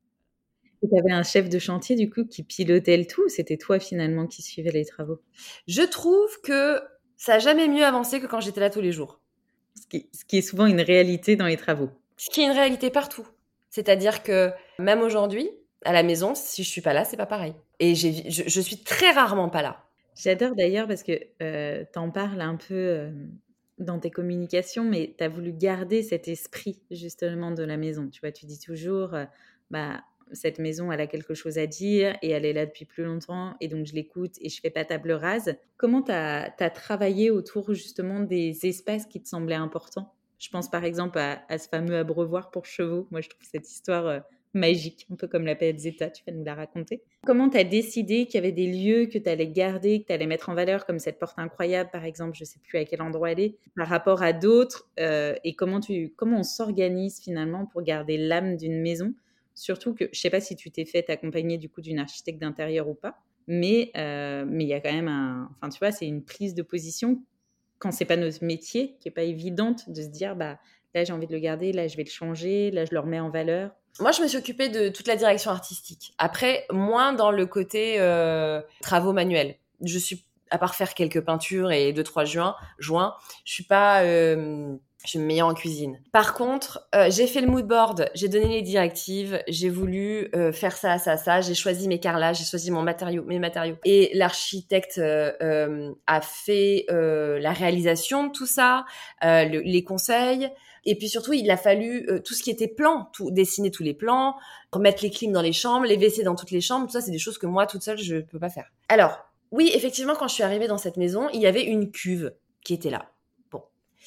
Tu avais un chef de chantier, du coup, qui pilotait le tout. C'était toi, finalement, qui suivais les travaux. Je trouve que ça n'a jamais mieux avancé que quand j'étais là tous les jours. Ce qui, ce qui est souvent une réalité dans les travaux. Ce qui est une réalité partout. C'est-à-dire que même aujourd'hui, à la maison, si je suis pas là, c'est pas pareil. Et j'ai, je, je suis très rarement pas là. J'adore d'ailleurs parce que euh, t'en parles un peu euh, dans tes communications, mais t'as voulu garder cet esprit justement de la maison. Tu vois, tu dis toujours, euh, bah cette maison, elle a quelque chose à dire et elle est là depuis plus longtemps et donc je l'écoute et je fais pas table rase. Comment t'as, t'as travaillé autour justement des espaces qui te semblaient importants ? Je pense par exemple à, à ce fameux abreuvoir pour chevaux. Moi, je trouve cette histoire euh, magique, un peu comme la piazzetta, tu vas nous la raconter. Comment tu as décidé qu'il y avait des lieux que tu allais garder, que tu allais mettre en valeur, comme cette porte incroyable, par exemple, je ne sais plus à quel endroit elle est, par rapport à d'autres, euh, et comment, tu, comment on s'organise finalement pour garder l'âme d'une maison, surtout que, je ne sais pas si tu t'es fait accompagner du coup d'une architecte d'intérieur ou pas, mais euh, mais il y a quand même un... Enfin, tu vois, c'est une prise de position quand c'est pas notre métier, qui est pas évidente de se dire, bah là j'ai envie de le garder, là je vais le changer, là je le remets en valeur. Moi, je me suis occupée de toute la direction artistique. Après, moins dans le côté euh, travaux manuels. Je suis, à part faire quelques peintures et deux trois joints, joints, je suis pas, euh, je suis meilleure en cuisine. Par contre, euh, j'ai fait le mood board, j'ai donné les directives, j'ai voulu euh, faire ça, ça, ça. J'ai choisi mes carrelages, j'ai choisi mon matériau, mes matériaux. Et l'architecte euh, euh, a fait euh, la réalisation de tout ça, euh, le, les conseils. Et puis surtout, il a fallu euh, tout ce qui était plan, tout, dessiner tous les plans, remettre les clims dans les chambres, les W C dans toutes les chambres. Tout ça, c'est des choses que moi, toute seule, je peux pas faire. Alors, oui, effectivement, quand je suis arrivée dans cette maison, il y avait une cuve qui était là. Bon.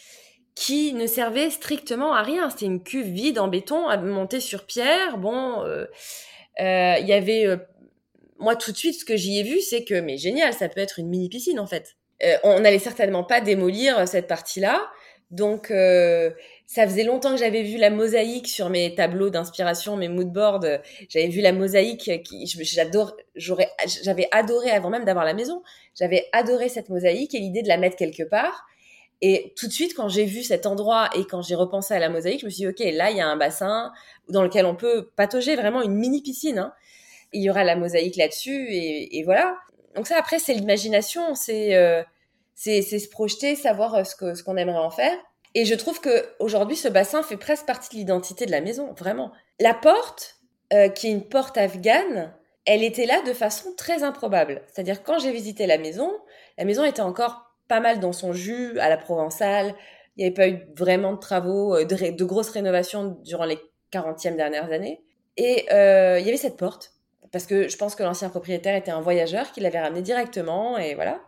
Qui ne servait strictement à rien. C'était une cuve vide en béton, montée sur pierre. Bon, euh, euh, il y avait... Euh, moi, tout de suite, ce que j'y ai vu, c'est que, mais génial, ça peut être une mini-piscine, en fait. Euh, on n'allait certainement pas démolir cette partie-là. Donc, euh, ça faisait longtemps que j'avais vu la mosaïque sur mes tableaux d'inspiration, mes moodboards. Euh, J'avais vu la mosaïque qui, je- j'adore, j'aurais, j'avais adoré avant même d'avoir la maison. J'avais adoré cette mosaïque et l'idée de la mettre quelque part. Et tout de suite, quand j'ai vu cet endroit et quand j'ai repensé à la mosaïque, je me suis dit, OK, là, il y a un bassin dans lequel on peut patauger, vraiment une mini piscine, hein. Il y aura la mosaïque là-dessus et, et voilà. Donc ça, après, c'est l'imagination, c'est euh, c'est c'est se projeter, savoir euh, ce que ce qu'on aimerait en faire. Et je trouve que aujourd'hui, ce bassin fait presque partie de l'identité de la maison, vraiment. La porte, euh, qui est une porte afghane, elle était là de façon très improbable. C'est-à-dire quand j'ai visité la maison, la maison était encore pas mal dans son jus, à la provençale. Il n'y avait pas eu vraiment de travaux, euh, de, ré- de grosses rénovations durant les quarantième dernières années. Et euh, il y avait cette porte parce que je pense que l'ancien propriétaire était un voyageur qui l'avait ramené directement et voilà.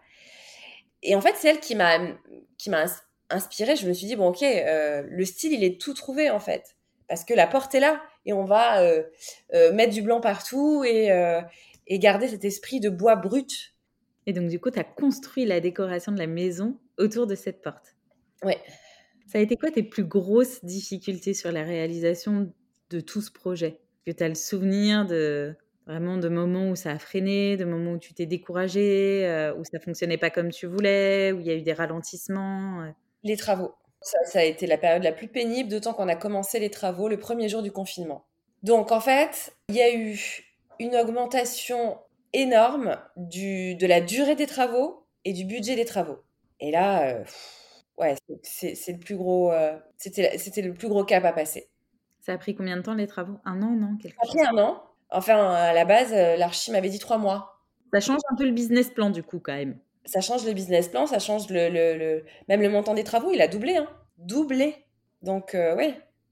Et en fait, c'est elle qui m'a qui m'a inspirée. Je me suis dit bon, ok, euh, le style il est tout trouvé en fait parce que la porte est là et on va euh, euh, mettre du blanc partout et euh, et garder cet esprit de bois brut. Et donc, du coup, tu as construit la décoration de la maison autour de cette porte. Ouais. Ça a été quoi tes plus grosses difficultés sur la réalisation de tout ce projet? Que tu as le souvenir de vraiment de moments où ça a freiné, de moments où tu t'es découragé, euh, où ça fonctionnait pas comme tu voulais, où il y a eu des ralentissements. euh. Les travaux. Ça, ça a été la période la plus pénible, d'autant qu'on a commencé les travaux le premier jour du confinement. Donc en fait, il y a eu une augmentation énorme du, de la durée des travaux et du budget des travaux. Et là, euh, pff, ouais, c'est c'est- c'est le plus gros, euh, c'était, c'était le plus gros cap à passer. Ça a pris combien de temps les travaux? Un an, non? Quelque Après chose un comme an, enfin à la base, euh, l'archi m'avait dit trois mois. ça. Ça change un peu le business plan du coup quand même. Ça change le business plan, ça change le, le, le- même le montant des travaux, il a doublé, hein, doublé. Donc euh, ouais.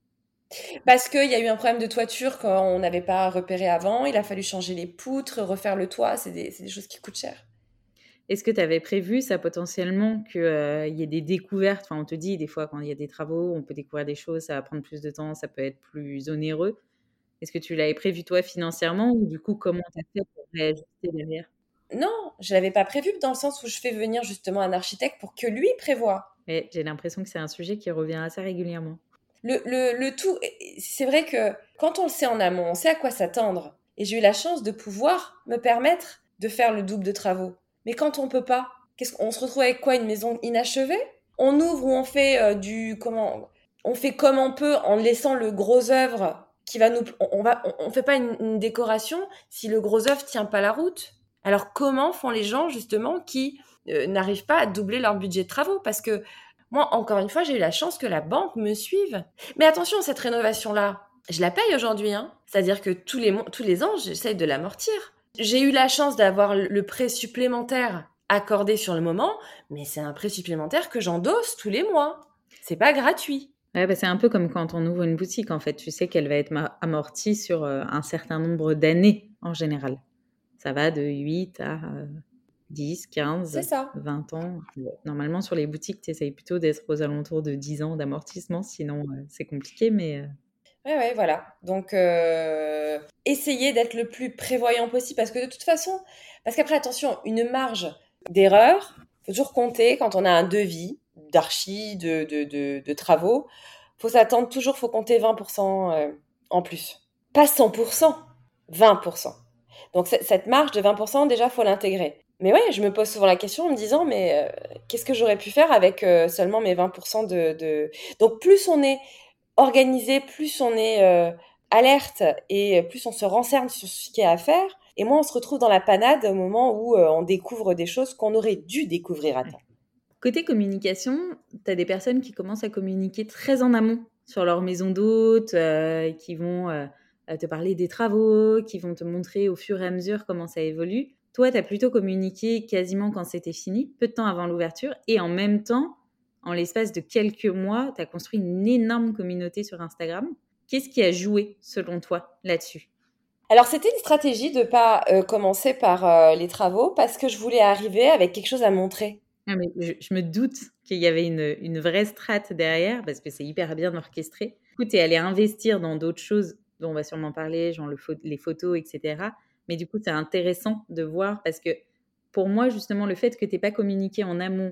Parce qu'il y a eu un problème de toiture qu'on n'avait pas repéré avant. Il a fallu changer les poutres, refaire le toit. C'est des, c'est des choses qui coûtent cher. Est-ce que tu avais prévu ça potentiellement qu'il y ait des découvertes? Enfin, on te dit des fois quand il y a des travaux, on peut découvrir des choses, ça va prendre plus de temps, ça peut être plus onéreux. Est-ce que tu l'avais prévu toi financièrement ou du coup comment tu as fait pour réajuster derrière? Non, je l'avais pas prévu dans le sens où je fais venir justement un architecte pour que lui prévoie. Mais j'ai l'impression que c'est un sujet qui revient assez régulièrement. Le, le, le tout, c'est vrai que quand on le sait en amont, on sait à quoi s'attendre. Et j'ai eu la chance de pouvoir me permettre de faire le double de travaux. Mais quand on peut pas, qu'est-ce qu'on se retrouve avec quoi? Une maison inachevée? On ouvre ou on fait euh, du comment? On fait comme on peut en laissant le gros œuvre qui va nous. On, on va, on, on fait pas une, une décoration si le gros œuvre tient pas la route. Alors comment font les gens justement qui euh, n'arrivent pas à doubler leur budget de travaux? Parce que moi, encore une fois, j'ai eu la chance que la banque me suive. Mais attention, cette rénovation-là, je la paye aujourd'hui, hein. C'est-à-dire que tous les, tous les ans, j'essaye de l'amortir. J'ai eu la chance d'avoir le prêt supplémentaire accordé sur le moment, mais c'est un prêt supplémentaire que j'endosse tous les mois. C'est pas gratuit. Ouais, bah, c'est un peu comme quand on ouvre une boutique en fait. Tu sais qu'elle va être ma- amortie sur euh, un certain nombre d'années en général. Ça va de huit à euh, dix, C'est quinze, ça. vingt ans. Normalement, sur les boutiques, tu essayes plutôt d'être aux alentours de dix ans d'amortissement, sinon euh, c'est compliqué. Mais euh, Ouais, ouais, voilà. Donc, euh, essayez d'être le plus prévoyant possible parce que de toute façon, parce qu'après, attention, une marge d'erreur, faut toujours compter quand on a un devis d'archi, de, de, de, de travaux, faut s'attendre toujours, faut compter vingt pour cent euh, en plus. Pas cent pour cent, vingt pour cent. Donc, c- cette marge de vingt pour cent, déjà, faut l'intégrer. Mais ouais, je me pose souvent la question en me disant, mais euh, qu'est-ce que j'aurais pu faire avec euh, seulement mes vingt pour cent de, de... Donc, plus on est organisé, plus on est euh, alerte et plus on se renseigne sur ce qu'il y a à faire, et moins on se retrouve dans la panade au moment où euh, on découvre des choses qu'on aurait dû découvrir à ouais. temps. Côté communication, tu as des personnes qui commencent à communiquer très en amont sur leur maison d'hôte, euh, qui vont euh, te parler des travaux, qui vont te montrer au fur et à mesure comment ça évolue. Toi, tu as plutôt communiqué quasiment quand c'était fini, peu de temps avant l'ouverture, et en même temps, en l'espace de quelques mois, tu as construit une énorme communauté sur Instagram. Qu'est-ce qui a joué, selon toi, là-dessus? Alors c'était une stratégie de pas euh, commencer par euh, les travaux parce que je voulais arriver avec quelque chose à montrer. Ah, mais je, je me doute qu'il y avait une, une vraie strate derrière parce que c'est hyper bien orchestré. Du coup, tu es allé investir dans d'autres choses dont on va sûrement parler, genre le pho- les photos, et cetera. Mais du coup, c'est intéressant de voir parce que pour moi, justement, le fait que tu n'aies pas communiqué en amont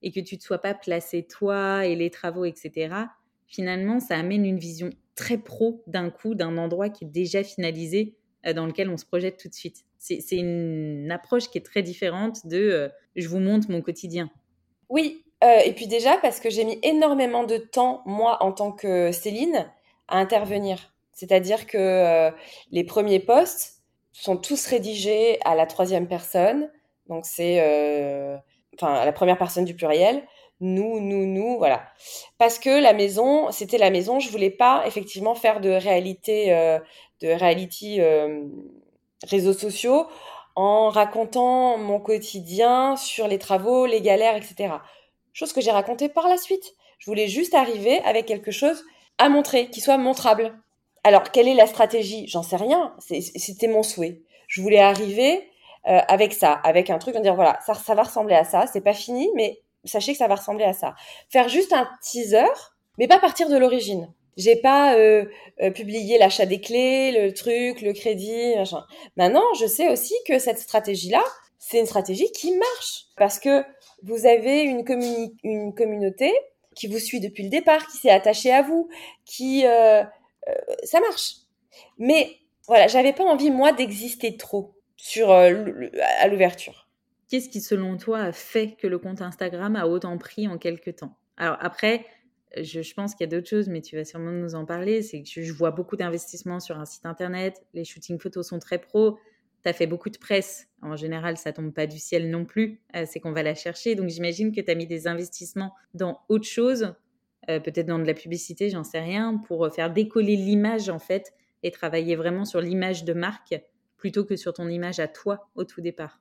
et que tu ne te sois pas placé toi et les travaux, et cetera, finalement, ça amène une vision très pro d'un coup, d'un endroit qui est déjà finalisé, euh, dans lequel on se projette tout de suite. C'est, c'est une approche qui est très différente de euh, « je vous montre mon quotidien ». Oui, euh, et puis déjà parce que j'ai mis énormément de temps, moi, en tant que Céline, à intervenir. C'est-à-dire que euh, les premiers posts sont tous rédigés à la troisième personne. Donc c'est, euh, enfin, à la première personne du pluriel. Nous, nous, nous, voilà. Parce que la maison, c'était la maison. Je voulais pas effectivement faire de réalité, euh, de reality euh, réseaux sociaux en racontant mon quotidien sur les travaux, les galères, et cetera. Chose que j'ai racontée par la suite. Je voulais juste arriver avec quelque chose à montrer, qui soit montrable. Alors, quelle est la stratégie? J'en sais rien. C'est- C'était mon souhait. Je voulais arriver euh, avec ça, avec un truc, en dire voilà, ça, ça va ressembler à ça. C'est pas fini, mais sachez que ça va ressembler à ça. Faire juste un teaser, mais pas partir de l'origine. J'ai pas euh, euh, publié l'achat des clés, le truc, le crédit, machin. Maintenant, je sais aussi que cette stratégie-là, c'est une stratégie qui marche parce que vous avez une, communi- une communauté qui vous suit depuis le départ, qui s'est attachée à vous, qui euh, euh, ça marche. Mais voilà, j'avais pas envie moi d'exister trop sur euh, l- à l'ouverture. Qu'est-ce qui, selon toi, a fait que le compte Instagram a autant pris en quelques temps? Alors après, je, je pense qu'il y a d'autres choses, mais tu vas sûrement nous en parler. C'est que je, je vois beaucoup d'investissements sur un site internet. Les shootings photos sont très pros. Tu as fait beaucoup de presse. En général, ça tombe pas du ciel non plus. Euh, c'est qu'on va la chercher. Donc, j'imagine que tu as mis des investissements dans autre chose, euh, peut-être dans de la publicité, j'en sais rien, pour faire décoller l'image, en fait, et travailler vraiment sur l'image de marque plutôt que sur ton image à toi au tout départ.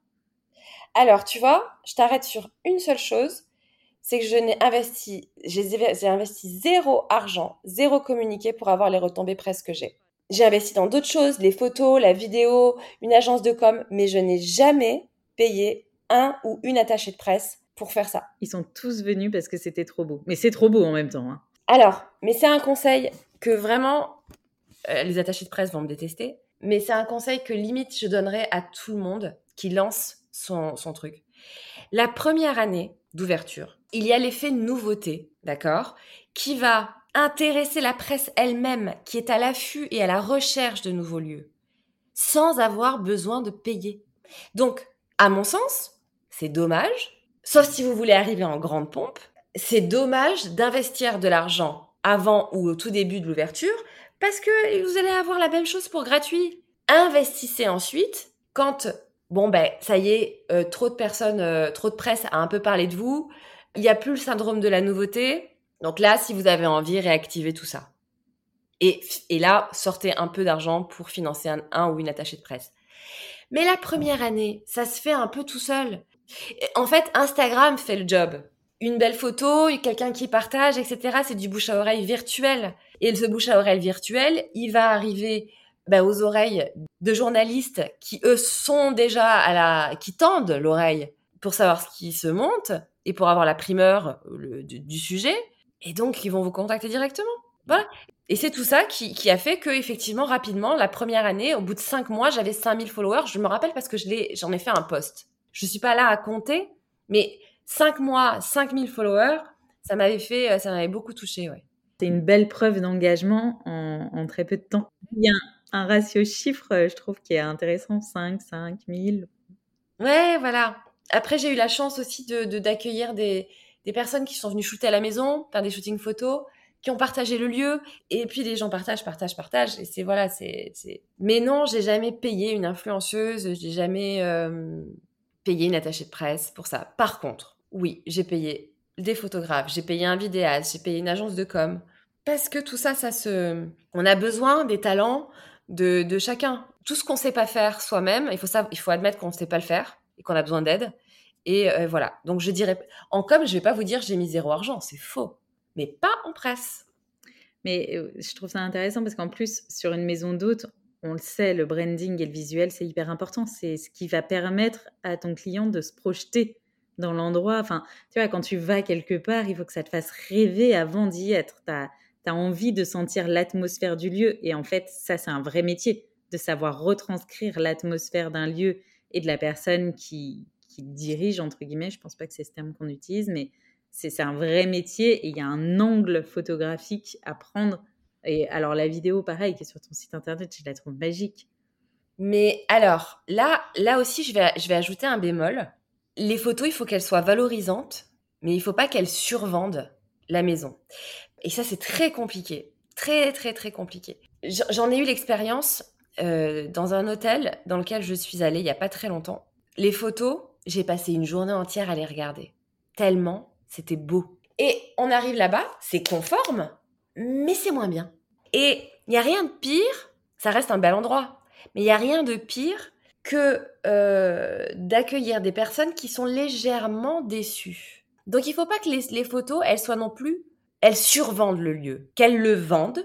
Alors, tu vois, je t'arrête sur une seule chose, c'est que je n'ai investi, j'ai j'ai investi zéro argent, zéro communiqué pour avoir les retombées presse que j'ai. J'ai investi dans d'autres choses, les photos, la vidéo, une agence de com, mais je n'ai jamais payé un ou une attachée de presse pour faire ça. Ils sont tous venus parce que c'était trop beau. Mais c'est trop beau en même temps. Hein. Alors, mais c'est un conseil que vraiment, euh, les attachés de presse vont me détester, mais c'est un conseil que limite je donnerais à tout le monde qui lance son, son truc. La première année d'ouverture, il y a l'effet nouveauté, d'accord, qui va intéresser la presse elle-même, qui est à l'affût et à la recherche de nouveaux lieux, sans avoir besoin de payer. Donc, à mon sens, c'est dommage, sauf si vous voulez arriver en grande pompe, c'est dommage d'investir de l'argent avant ou au tout début de l'ouverture, parce que vous allez avoir la même chose pour gratuit. Investissez ensuite quand, bon ben, ça y est, euh, trop de personnes, euh, trop de presse a un peu parlé de vous, il n'y a plus le syndrome de la nouveauté, donc là, si vous avez envie, réactivez tout ça. Et, et là, sortez un peu d'argent pour financer un, un ou une attachée de presse. Mais la première année, ça se fait un peu tout seul. En fait, Instagram fait le job. Une belle photo, quelqu'un qui partage, et cetera. C'est du bouche à oreille virtuel. Et ce bouche à oreille virtuel, il va arriver bah, aux oreilles de journalistes qui, eux, sont déjà à la, qui tendent l'oreille pour savoir ce qui se monte et pour avoir la primeur le, du, du sujet. Et donc, ils vont vous contacter directement. Voilà. Et c'est tout ça qui, qui a fait que, effectivement, rapidement, la première année, au bout de cinq mois, j'avais cinq mille followers. Je me rappelle parce que je l'ai, j'en ai fait un post. Je suis pas là à compter, mais cinq mois, cinq mille followers, ça m'avait fait, ça m'avait beaucoup touché, ouais. C'est une belle preuve d'engagement en, en très peu de temps. Il y a un, un ratio chiffre, je trouve, qui est intéressant, cinq, cinq mille. Ouais, voilà. Après, j'ai eu la chance aussi de, de d'accueillir des, des personnes qui sont venues shooter à la maison, faire des shootings photos, qui ont partagé le lieu, et puis les gens partagent, partagent, partagent, et c'est voilà, c'est, c'est. Mais non, j'ai jamais payé une influenceuse, j'ai jamais euh, payé une attachée de presse pour ça. Par contre, oui, j'ai payé des photographes, j'ai payé un vidéaste, j'ai payé une agence de com, parce que tout ça, ça se, on a besoin des talents de, de chacun. Tout ce qu'on sait pas faire soi-même, il faut ça, il faut admettre qu'on ne sait pas le faire et qu'on a besoin d'aide. Et euh, voilà. Donc je dirais, en com, je vais pas vous dire j'ai mis zéro argent, c'est faux, mais pas en presse. Mais euh, je trouve ça intéressant parce qu'en plus, sur une maison d'hôte, on le sait, le branding et le visuel, c'est hyper important. C'est ce qui va permettre à ton client de se projeter dans l'endroit. Enfin, tu vois, quand tu vas quelque part, il faut que ça te fasse rêver avant d'y être. Tu as envie de sentir l'atmosphère du lieu. Et en fait, ça, c'est un vrai métier, de savoir retranscrire l'atmosphère d'un lieu et de la personne qui, qui dirige, entre guillemets. Je pense pas que c'est ce terme qu'on utilise, mais C'est, c'est un vrai métier et il y a un angle photographique à prendre. Et alors, la vidéo, pareil, qui est sur ton site internet, je la trouve magique. Mais alors, là, là aussi, je vais, je vais ajouter un bémol. Les photos, il faut qu'elles soient valorisantes, mais il ne faut pas qu'elles survendent la maison. Et ça, c'est très compliqué. Très, très, très compliqué. J'en ai eu l'expérience euh, dans un hôtel dans lequel je suis allée il n'y a pas très longtemps. Les photos, j'ai passé une journée entière à les regarder. Tellement, c'était beau. Et on arrive là-bas, c'est conforme, mais c'est moins bien. Et il n'y a rien de pire, ça reste un bel endroit, mais il n'y a rien de pire que euh, d'accueillir des personnes qui sont légèrement déçues. Donc il ne faut pas que les, les photos, elles soient non plus, elles survendent le lieu, qu'elles le vendent,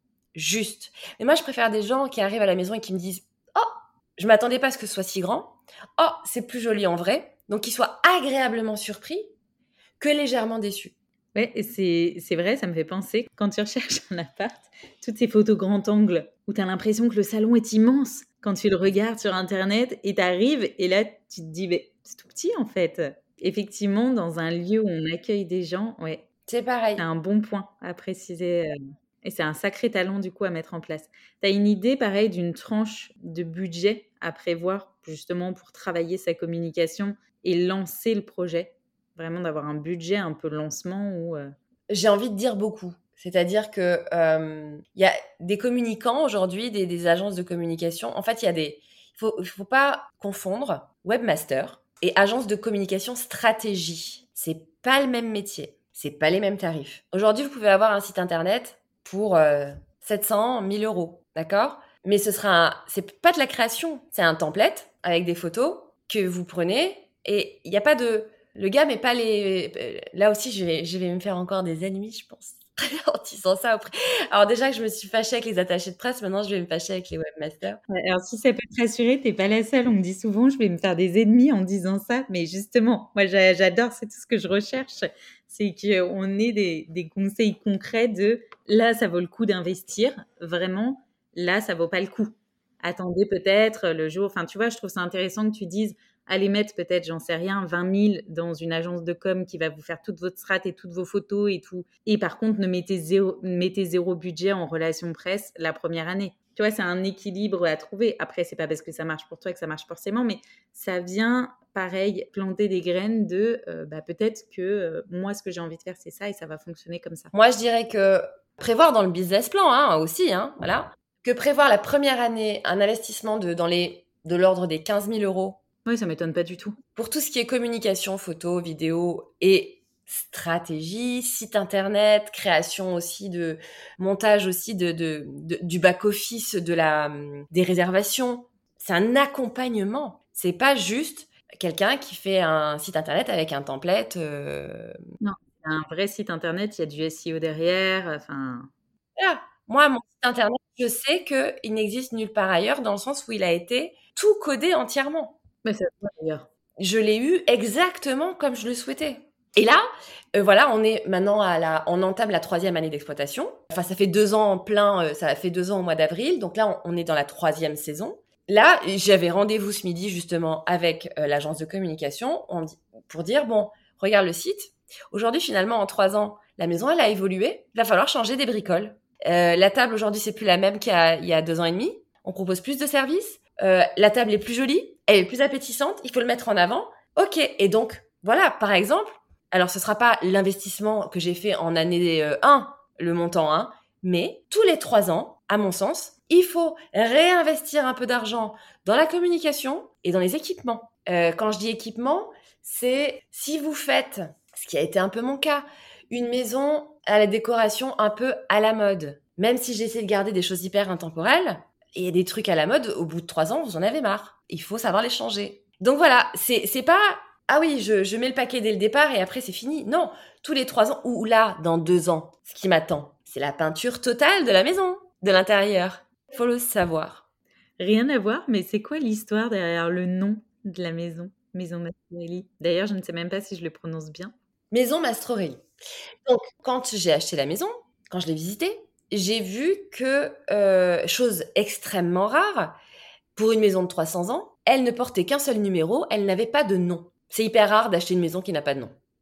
juste. Mais moi, je préfère des gens qui arrivent à la maison et qui me disent « Oh, je m'attendais pas à ce que ce soit si grand. Oh, c'est plus joli en vrai. » Donc qu'ils soient agréablement surpris que légèrement déçus. Ouais, c'est, c'est vrai, ça me fait penser, quand tu recherches un appart, toutes ces photos grand angle, où tu as l'impression que le salon est immense, quand tu le regardes sur Internet, et tu arrives, et là, tu te dis, mais c'est tout petit en fait. Effectivement, dans un lieu où on accueille des gens, ouais. C'est pareil. C'est un bon point à préciser, euh, et c'est un sacré talent du coup à mettre en place. Tu as une idée, pareil, d'une tranche de budget à prévoir, justement, pour travailler sa communication et lancer le projet? Vraiment d'avoir un budget un peu lancement ou... Euh... J'ai envie de dire beaucoup. C'est-à-dire que euh, y a des communicants aujourd'hui, des, des agences de communication. En fait, il y a des... Il faut, faut pas confondre webmaster et agence de communication stratégie. C'est pas le même métier. C'est pas les mêmes tarifs. Aujourd'hui, vous pouvez avoir un site internet pour euh, sept cents, mille euros. D'accord ? Mais ce sera un... c'est pas de la création. C'est un template avec des photos que vous prenez et il n'y a pas de... Le gars met pas les... Là aussi, je vais, je vais me faire encore des ennemis, je pense, en disant ça. Après. Alors déjà que je me suis fâchée avec les attachés de presse, maintenant je vais me fâcher avec les webmasters. Alors si ça peut te rassurer, t'es pas la seule. On me dit souvent, je vais me faire des ennemis en disant ça. Mais justement, moi j'adore, c'est tout ce que je recherche. C'est qu'on ait des, des conseils concrets de là, ça vaut le coup d'investir. Vraiment, là, ça vaut pas le coup. Attendez peut-être le jour... Enfin, tu vois, je trouve ça intéressant que tu dises... Allez mettre peut-être, j'en sais rien, vingt mille dans une agence de com qui va vous faire toute votre strat et toutes vos photos et tout. Et par contre, ne mettez zéro, mettez zéro budget en relation presse la première année. Tu vois, c'est un équilibre à trouver. Après, c'est pas parce que ça marche pour toi que ça marche forcément, mais ça vient, pareil, planter des graines de euh, bah, peut-être que euh, moi, ce que j'ai envie de faire, c'est ça et ça va fonctionner comme ça. Moi, je dirais que prévoir dans le business plan hein, aussi, hein, voilà, que prévoir la première année un investissement de, dans les, de l'ordre des quinze mille euros. Oui, ça m'étonne pas du tout. Pour tout ce qui est communication, photo, vidéo et stratégie, site internet, création aussi de montage aussi de, de, de du back office, de la des réservations. C'est un accompagnement. C'est pas juste quelqu'un qui fait un site internet avec un template. Euh... Non, c'est un vrai site internet. Il y a du S E O derrière. Enfin. Voilà. Moi, mon site internet, je sais qu'il n'existe nulle part ailleurs dans le sens où il a été tout codé entièrement. Mais ça se voit d'ailleurs. Je l'ai eu exactement comme je le souhaitais. Et là, euh, voilà, on est maintenant à la, on entame la troisième année d'exploitation. Enfin, ça fait deux ans en plein, euh, ça fait deux ans au mois d'avril. Donc là, on, on est dans la troisième saison. Là, j'avais rendez-vous ce midi justement avec euh, l'agence de communication on dit, pour dire bon, regarde le site. Aujourd'hui, finalement, en trois ans, la maison elle a évolué. Il va falloir changer des bricoles. Euh, la table aujourd'hui, c'est plus la même qu'il y a, il y a deux ans et demi. On propose plus de services. Euh, la table est plus jolie. Elle est plus appétissante, il faut le mettre en avant. Ok, et donc, voilà, par exemple, alors ce sera pas l'investissement que j'ai fait en année euh, un, le montant un, mais tous les trois ans, à mon sens, il faut réinvestir un peu d'argent dans la communication et dans les équipements. Euh, quand je dis équipement, c'est si vous faites, ce qui a été un peu mon cas, une maison à la décoration un peu à la mode, même si j'essaie de garder des choses hyper intemporelles, et des trucs à la mode, au bout de trois ans, vous en avez marre. Il faut savoir les changer. Donc voilà, c'est, c'est pas « Ah oui, je, je mets le paquet dès le départ et après c'est fini ». Non, tous les trois ans, ou là, dans deux ans, ce qui m'attend, c'est la peinture totale de la maison, de l'intérieur. Il faut le savoir. Rien à voir, mais c'est quoi l'histoire derrière le nom de la maison, Maison Mastrorelli? D'ailleurs, je ne sais même pas si je le prononce bien. Maison Mastrorelli. Donc, quand j'ai acheté la maison, quand je l'ai visitée, j'ai vu que, euh, chose extrêmement rare, pour une maison de trois cents ans, elle ne portait qu'un seul numéro, elle n'avait pas de nom. C'est hyper rare d'acheter une maison qui n'a pas de nom.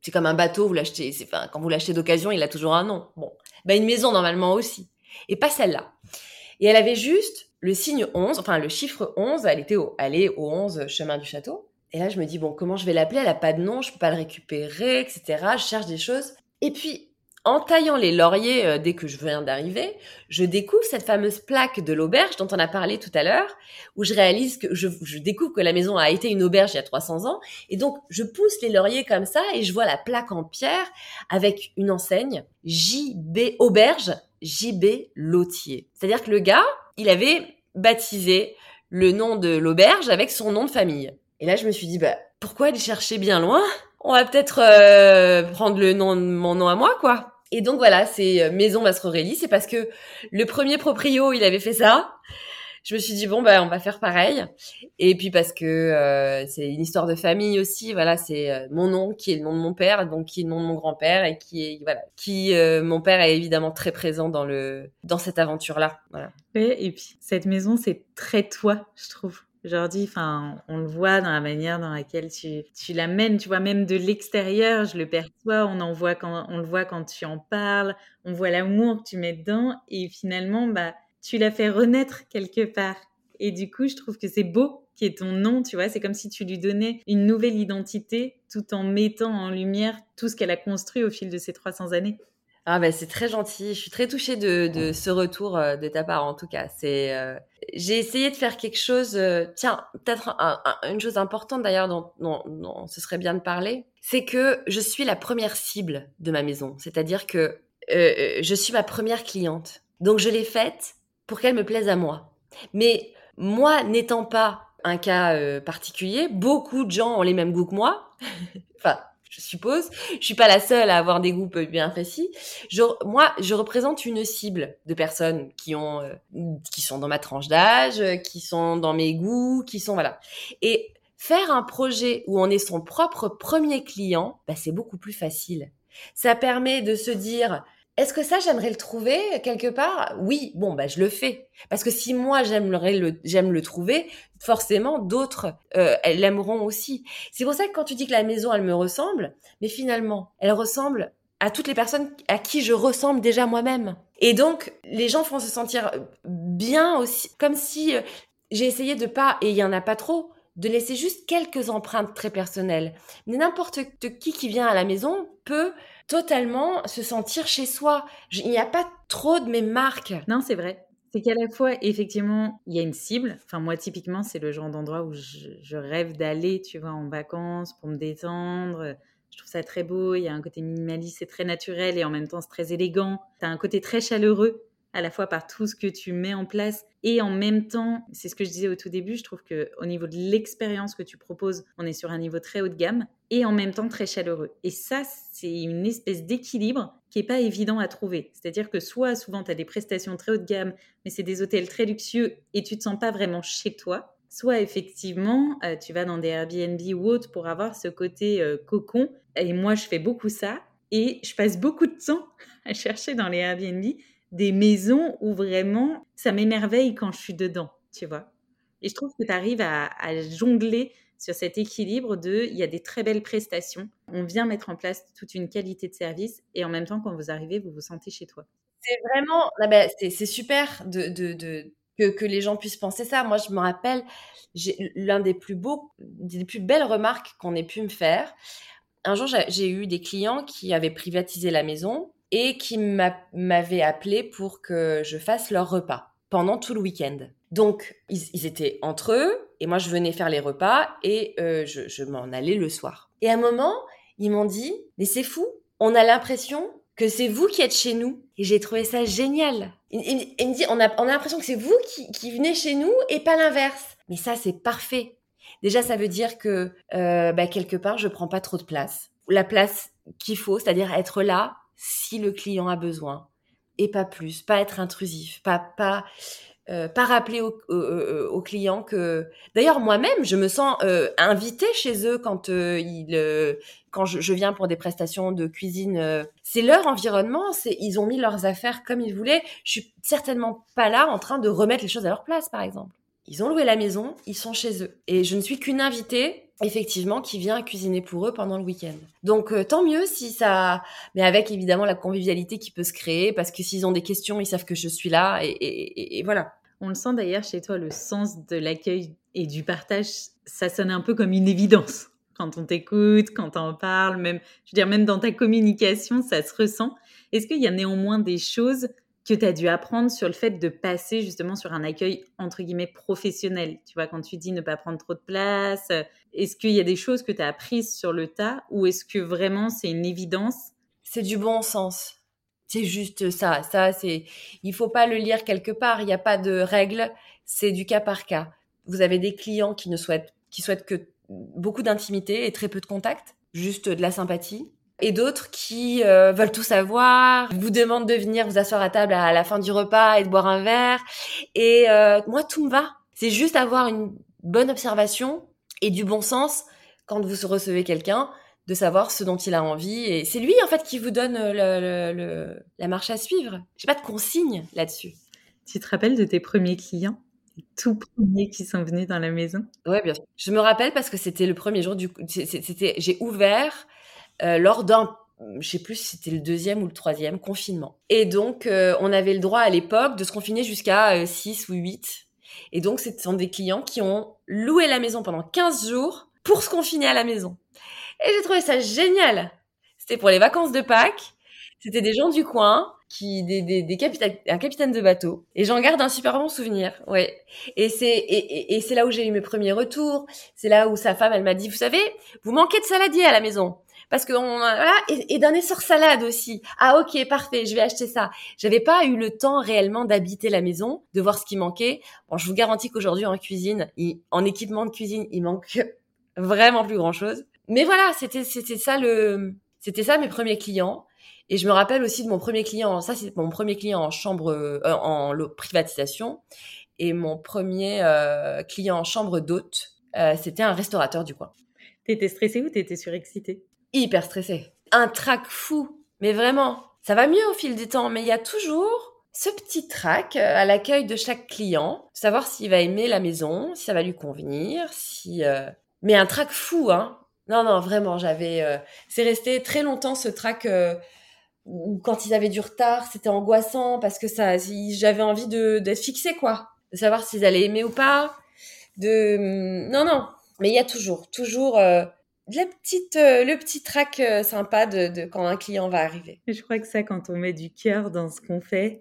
C'est comme un bateau, vous l'achetez, c'est, enfin, quand vous l'achetez d'occasion, il a toujours un nom. Bon, bah une maison normalement aussi, et pas celle-là. Et elle avait juste le signe onze, enfin le chiffre onze, elle était au, elle est au onze chemin du château. Et là, je me dis, bon, comment je vais l'appeler? Elle a pas de nom, je peux pas le récupérer, et cetera. Je cherche des choses. Et puis, en taillant les lauriers euh, dès que je viens d'arriver, je découvre cette fameuse plaque de l'auberge dont on a parlé tout à l'heure, où je réalise que je, je découvre que la maison a été une auberge il y a trois cents ans. Et donc, je pousse les lauriers comme ça et je vois la plaque en pierre avec une enseigne J B Auberge, J B Lotier. C'est-à-dire que le gars, il avait baptisé le nom de l'auberge avec son nom de famille. Et là, je me suis dit, bah, pourquoi aller chercher bien loin? On va peut-être euh, prendre le nom de mon nom à moi, quoi. Et donc voilà, c'est Maison Mastrorélie, c'est parce que le premier proprio, il avait fait ça. Je me suis dit bon bah on va faire pareil. Et puis parce que euh, c'est une histoire de famille aussi, voilà, c'est euh, mon nom qui est le nom de mon père, donc qui est le nom de mon grand-père et qui est voilà, qui euh, mon père est évidemment très présent dans le dans cette aventure-là, voilà. Ouais, et puis cette maison c'est très toi, je trouve. Aujourd'hui, enfin, on le voit dans la manière dans laquelle tu, tu l'amènes, tu vois, même de l'extérieur, je le perçois, on en voit quand, on le voit quand tu en parles, on voit l'amour que tu mets dedans, et finalement, bah, tu l'as fait renaître quelque part. Et du coup, je trouve que c'est beau qu'il y ait ton nom, tu vois, c'est comme si tu lui donnais une nouvelle identité tout en mettant en lumière tout ce qu'elle a construit au fil de ces trois cents années. Ah ben c'est très gentil, je suis très touchée de, de ce retour euh, de ta part en tout cas. C'est, euh, j'ai essayé de faire quelque chose, euh, tiens, peut-être un, un, une chose importante d'ailleurs dont, dont, dont ce serait bien de parler, c'est que je suis la première cible de ma maison, c'est-à-dire que euh, je suis ma première cliente. Donc je l'ai faite pour qu'elle me plaise à moi. Mais moi n'étant pas un cas euh, particulier, beaucoup de gens ont les mêmes goûts que moi, enfin... je suppose. Je suis pas la seule à avoir des goûts bien précis. Je, moi, je représente une cible de personnes qui ont, euh, qui sont dans ma tranche d'âge, qui sont dans mes goûts, qui sont, voilà. Et faire un projet où on est son propre premier client, bah, c'est beaucoup plus facile. Ça permet de se dire, est-ce que ça, j'aimerais le trouver quelque part? Oui, bon, bah, je le fais. Parce que si moi, j'aimerais le, j'aime le trouver, forcément, d'autres, euh, elles l'aimeront aussi. C'est pour ça que quand tu dis que la maison, elle me ressemble, mais finalement, elle ressemble à toutes les personnes à qui je ressemble déjà moi-même. Et donc, les gens font se sentir bien aussi, comme si euh, j'ai essayé de pas, et il y en a pas trop, de laisser juste quelques empreintes très personnelles. Mais n'importe qui qui vient à la maison peut totalement se sentir chez soi. Il n'y a pas trop de mes marques. Non, c'est vrai. C'est qu'à la fois, effectivement, il y a une cible. Enfin, moi, typiquement, c'est le genre d'endroit où je, je rêve d'aller, tu vois, en vacances pour me détendre. Je trouve ça très beau. Il y a un côté minimaliste, c'est très naturel et en même temps, c'est très élégant. Tu as un côté très chaleureux à la fois par tout ce que tu mets en place et en même temps, c'est ce que je disais au tout début, je trouve qu'au niveau de l'expérience que tu proposes, on est sur un niveau très haut de gamme et en même temps très chaleureux. Et ça, c'est une espèce d'équilibre qui n'est pas évident à trouver. C'est-à-dire que soit souvent, tu as des prestations très haut de gamme, mais c'est des hôtels très luxueux et tu ne te sens pas vraiment chez toi. Soit effectivement, euh, tu vas dans des Airbnb ou autres pour avoir ce côté euh, cocon. Et moi, je fais beaucoup ça et je passe beaucoup de temps à chercher dans les Airbnb des maisons où vraiment ça m'émerveille quand je suis dedans, tu vois. Et je trouve que tu arrives à, à jongler sur cet équilibre de, il y a des très belles prestations, on vient mettre en place toute une qualité de service et en même temps, quand vous arrivez, vous vous sentez chez toi. C'est vraiment, ah ben, c'est, c'est super de, de, de, que, que les gens puissent penser ça. Moi, je me rappelle, j'ai, l'un des plus beaux, des plus belles remarques qu'on ait pu me faire. Un jour, j'ai, j'ai eu des clients qui avaient privatisé la maison et qui m'a, m'avaient appelé pour que je fasse leur repas pendant tout le week-end. Donc, ils, ils étaient entre eux et moi, je venais faire les repas et euh, je, je m'en allais le soir. Et à un moment, ils m'ont dit « Mais c'est fou, on a l'impression que c'est vous qui êtes chez nous. » Et j'ai trouvé ça génial. Il, il, il me dit « On a, on a l'impression que c'est vous qui, qui venez chez nous et pas l'inverse. » Mais ça, c'est parfait. Déjà, ça veut dire que euh, bah, quelque part, je prends pas trop de place. La place qu'il faut, c'est-à-dire être là si le client a besoin. Et pas plus, pas être intrusif, pas... pas Euh, pas rappeler aux au, au, au clients que... D'ailleurs, moi-même, je me sens euh, invitée chez eux quand, euh, ils, euh, quand je, je viens pour des prestations de cuisine. Euh, c'est leur environnement, c'est, ils ont mis leurs affaires comme ils voulaient. Je suis certainement pas là en train de remettre les choses à leur place, par exemple. Ils ont loué la maison, ils sont chez eux. Et je ne suis qu'une invitée effectivement, qui vient cuisiner pour eux pendant le week-end. Donc, euh, tant mieux si ça... Mais avec, évidemment, la convivialité qui peut se créer, parce que s'ils ont des questions, ils savent que je suis là, et, et, et, et voilà. On le sent d'ailleurs chez toi, le sens de l'accueil et du partage, ça sonne un peu comme une évidence. Quand on t'écoute, quand on parle, même, je veux dire, même dans ta communication, ça se ressent. Est-ce qu'il y a néanmoins des choses que tu as dû apprendre sur le fait de passer justement sur un accueil, entre guillemets, professionnel? Tu vois, quand tu dis ne pas prendre trop de place, est-ce qu'il y a des choses que tu as apprises sur le tas ou est-ce que vraiment c'est une évidence? C'est du bon sens. C'est juste ça. Ça, c'est... Il faut pas le lire quelque part. Il n'y a pas de règle. C'est du cas par cas. Vous avez des clients qui ne souhaitent, qui souhaitent que beaucoup d'intimité et très peu de contact, juste de la sympathie. Et d'autres qui euh, veulent tout savoir, vous demandent de venir vous asseoir à table à la fin du repas et de boire un verre. Et euh, moi, tout me va. C'est juste avoir une bonne observation et du bon sens quand vous recevez quelqu'un, de savoir ce dont il a envie. Et c'est lui, en fait, qui vous donne le, le, le, la marche à suivre. J'ai pas de consigne là-dessus. Tu te rappelles de tes premiers clients? Les tout premiers qui sont venus dans la maison? Ouais, bien sûr. Je me rappelle parce que c'était le premier jour du... C'était, j'ai ouvert... Euh, lors d'un, je sais plus si c'était le deuxième ou le troisième confinement. Et donc, euh, on avait le droit à l'époque de se confiner jusqu'à euh, six ou huit. Et donc, ce sont des clients qui ont loué la maison pendant quinze jours pour se confiner à la maison. Et j'ai trouvé ça génial. C'était pour les vacances de Pâques. C'était des gens du coin, qui, des, des, des capitaines, un capitaine de bateau. Et j'en garde un super bon souvenir. Ouais. Et c'est, et, et, et c'est là où j'ai eu mes premiers retours. C'est là où sa femme, elle m'a dit, vous savez, vous manquez de saladier à la maison. Parce que on voilà, et, et d'un essor salade aussi. Ah ok, parfait, je vais acheter ça. J'avais pas eu le temps réellement d'habiter la maison, de voir ce qui manquait. Bon, je vous garantis qu'aujourd'hui en cuisine, il, en équipement de cuisine, il manque vraiment plus grand chose. Mais voilà, c'était c'était ça le, c'était ça mes premiers clients. Et je me rappelle aussi de mon premier client. Ça c'est mon premier client en chambre, euh, en, en privatisation, et mon premier euh, client en chambre d'hôte, euh, c'était un restaurateur du coin. T'étais stressée ou t'étais surexcitée? Hyper stressée. Un trac fou. Mais vraiment, ça va mieux au fil du temps. Mais il y a toujours ce petit trac à l'accueil de chaque client. Savoir s'il va aimer la maison, si ça va lui convenir, si... Euh... Mais un trac fou, hein. Non, non, vraiment, j'avais... Euh... C'est resté très longtemps ce trac euh, où quand ils avaient du retard, c'était angoissant parce que ça, j'avais envie de, d'être fixée, quoi. De savoir s'ils allaient aimer ou pas. De... Non, non. Mais il y a toujours, toujours... Euh... La petite, euh, le petit trac euh, sympa de, de quand un client va arriver. Je crois que ça, quand on met du cœur dans ce qu'on fait,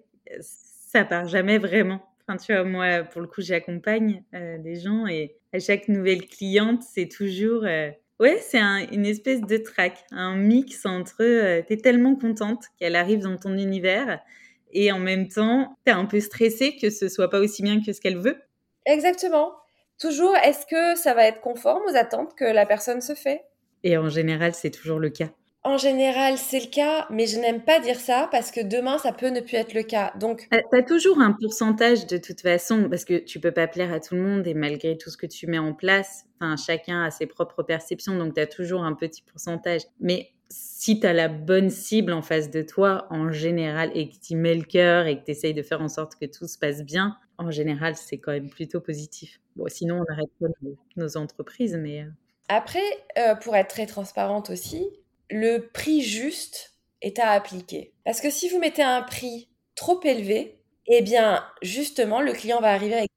ça part jamais vraiment. Enfin, tu vois, moi, pour le coup, j'accompagne euh, des gens et à chaque nouvelle cliente, c'est toujours... Euh... Ouais, c'est un, une espèce de trac, un mix entre euh, t'es tellement contente qu'elle arrive dans ton univers et en même temps, t'es un peu stressée que ce soit pas aussi bien que ce qu'elle veut. Exactement. Toujours, est-ce que ça va être conforme aux attentes que la personne se fait? Et en général, c'est toujours le cas. En général, c'est le cas, mais je n'aime pas dire ça parce que demain, ça peut ne plus être le cas. Donc, t'as toujours un pourcentage de toute façon, parce que tu peux pas plaire à tout le monde et malgré tout ce que tu mets en place, enfin, chacun a ses propres perceptions, donc t'as toujours un petit pourcentage. Mais si t'as la bonne cible en face de toi, en général, et que t'y mets le cœur et que t'essayes de faire en sorte que tout se passe bien, en général, c'est quand même plutôt positif. Bon, sinon, on arrête pas nos, nos entreprises, mais... Après, euh, pour être très transparente aussi, le prix juste est à appliquer. Parce que si vous mettez un prix trop élevé, eh bien, justement, le client va arriver avec...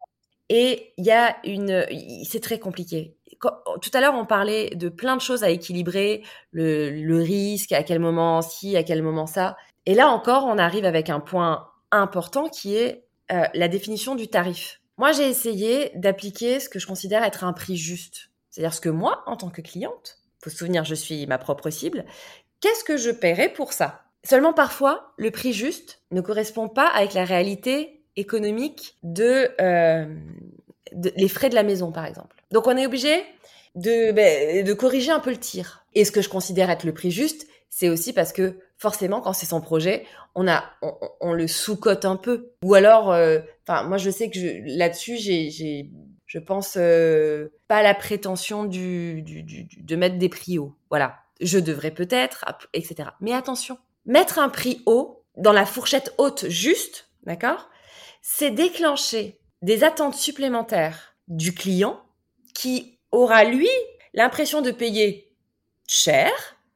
Et il y a une... C'est très compliqué. Tout à l'heure, on parlait de plein de choses à équilibrer, le, le risque, à quel moment ci, à quel moment ça. Et là encore, on arrive avec un point important qui est euh, la définition du tarif. Moi, j'ai essayé d'appliquer ce que je considère être un prix juste. C'est-à-dire ce que moi, en tant que cliente, faut se souvenir, je suis ma propre cible, qu'est-ce que je paierais pour ça? Seulement parfois, le prix juste ne correspond pas avec la réalité économique de, euh, de les frais de la maison, par exemple. Donc, on est obligé de, ben, de corriger un peu le tir. Et ce que je considère être le prix juste, c'est aussi parce que forcément, quand c'est son projet, on a, on, on le sous-cote un peu. Ou alors, enfin, euh, moi, je sais que je, là-dessus, j'ai, j'ai, je pense euh, pas à la prétention du, du, du, de mettre des prix hauts. Voilà, je devrais peut-être, et cetera. Mais attention, mettre un prix haut dans la fourchette haute juste, d'accord, c'est déclencher des attentes supplémentaires du client qui aura, lui, l'impression de payer cher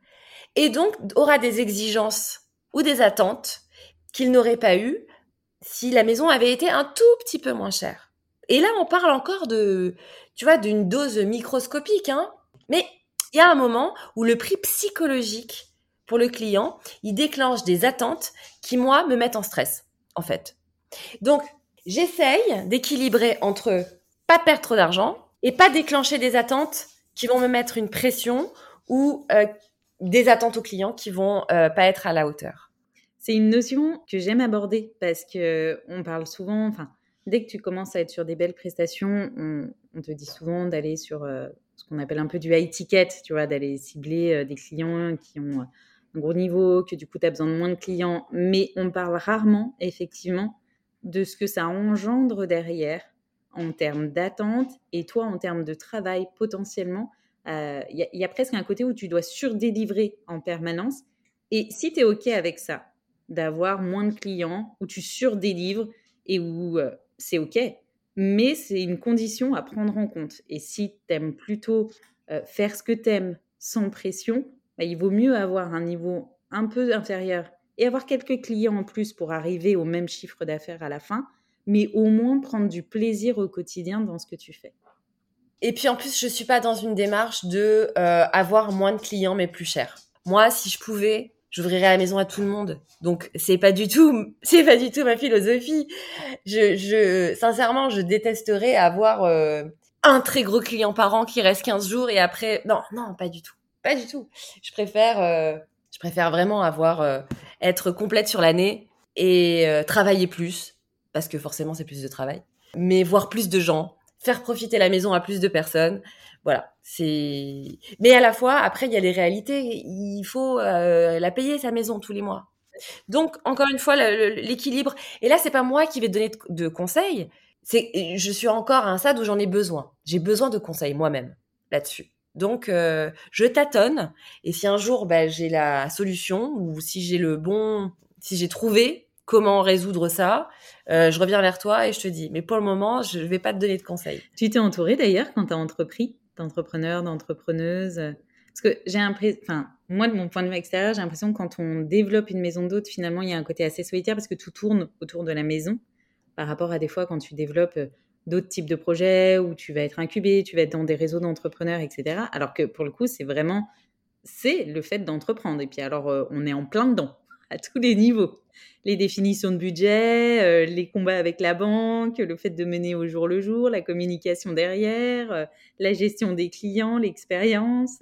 et donc aura des exigences ou des attentes qu'il n'aurait pas eues si la maison avait été un tout petit peu moins chère. Et là, on parle encore de, tu vois, d'une dose microscopique, hein. Mais il y a un moment où le prix psychologique pour le client, il déclenche des attentes qui, moi, me mettent en stress, en fait. Donc, j'essaye d'équilibrer entre pas perdre trop d'argent et pas déclencher des attentes qui vont me mettre une pression ou euh, des attentes aux clients qui vont euh, pas être à la hauteur. C'est une notion que j'aime aborder parce que on parle souvent, enfin, dès que tu commences à être sur des belles prestations, on, on te dit souvent d'aller sur euh, ce qu'on appelle un peu du high ticket, tu vois, d'aller cibler euh, des clients qui ont un gros niveau, que du coup, tu as besoin de moins de clients. Mais on parle rarement, effectivement, de ce que ça engendre derrière en termes d'attente et toi, en termes de travail, potentiellement. Il euh, y, y a presque un côté où tu dois surdélivrer en permanence. Et si tu es OK avec ça, d'avoir moins de clients, où tu surdélivres et où euh, c'est OK, mais c'est une condition à prendre en compte. Et si tu aimes plutôt euh, faire ce que tu aimes sans pression, bah, il vaut mieux avoir un niveau un peu inférieur et avoir quelques clients en plus pour arriver au même chiffre d'affaires à la fin, mais au moins prendre du plaisir au quotidien dans ce que tu fais. Et puis en plus, je suis pas dans une démarche de euh, avoir moins de clients mais plus cher. Moi, si je pouvais, j'ouvrirais la maison à tout le monde. Donc c'est pas du tout, c'est pas du tout ma philosophie. Je, je, sincèrement, je détesterais avoir euh, un très gros client par an qui reste quinze jours et après, non, non, pas du tout, pas du tout. Je préfère, euh, je préfère vraiment avoir euh, être complète sur l'année et euh, travailler plus parce que forcément c'est plus de travail, mais voir plus de gens. Faire profiter la maison à plus de personnes. Voilà, c'est... Mais à la fois, après, il y a les réalités. Il faut euh, la payer, sa maison, tous les mois. Donc, encore une fois, le, le, l'équilibre. Et là, c'est pas moi qui vais te donner de, de conseils. C'est, je suis encore à un stade où j'en ai besoin. J'ai besoin de conseils moi-même là-dessus. Donc, euh, je tâtonne. Et si un jour, bah, j'ai la solution ou si j'ai le bon... Si j'ai trouvé comment résoudre ça, euh, je reviens vers toi et je te dis. Mais pour le moment, je ne vais pas te donner de conseils. Tu t'es entourée d'ailleurs quand tu as entrepris, d'entrepreneurs, d'entrepreneuses? Parce que j'ai l'impression, enfin, moi de mon point de vue extérieur, j'ai l'impression que quand on développe une maison d'hôte, finalement, il y a un côté assez solitaire parce que tout tourne autour de la maison par rapport à des fois quand tu développes d'autres types de projets où tu vas être incubé, tu vas être dans des réseaux d'entrepreneurs, et cetera. Alors que pour le coup, c'est vraiment, c'est le fait d'entreprendre. Et puis alors, euh, on est en plein dedans, à tous les niveaux. Les définitions de budget, euh, les combats avec la banque, le fait de mener au jour le jour, la communication derrière, euh, la gestion des clients, l'expérience.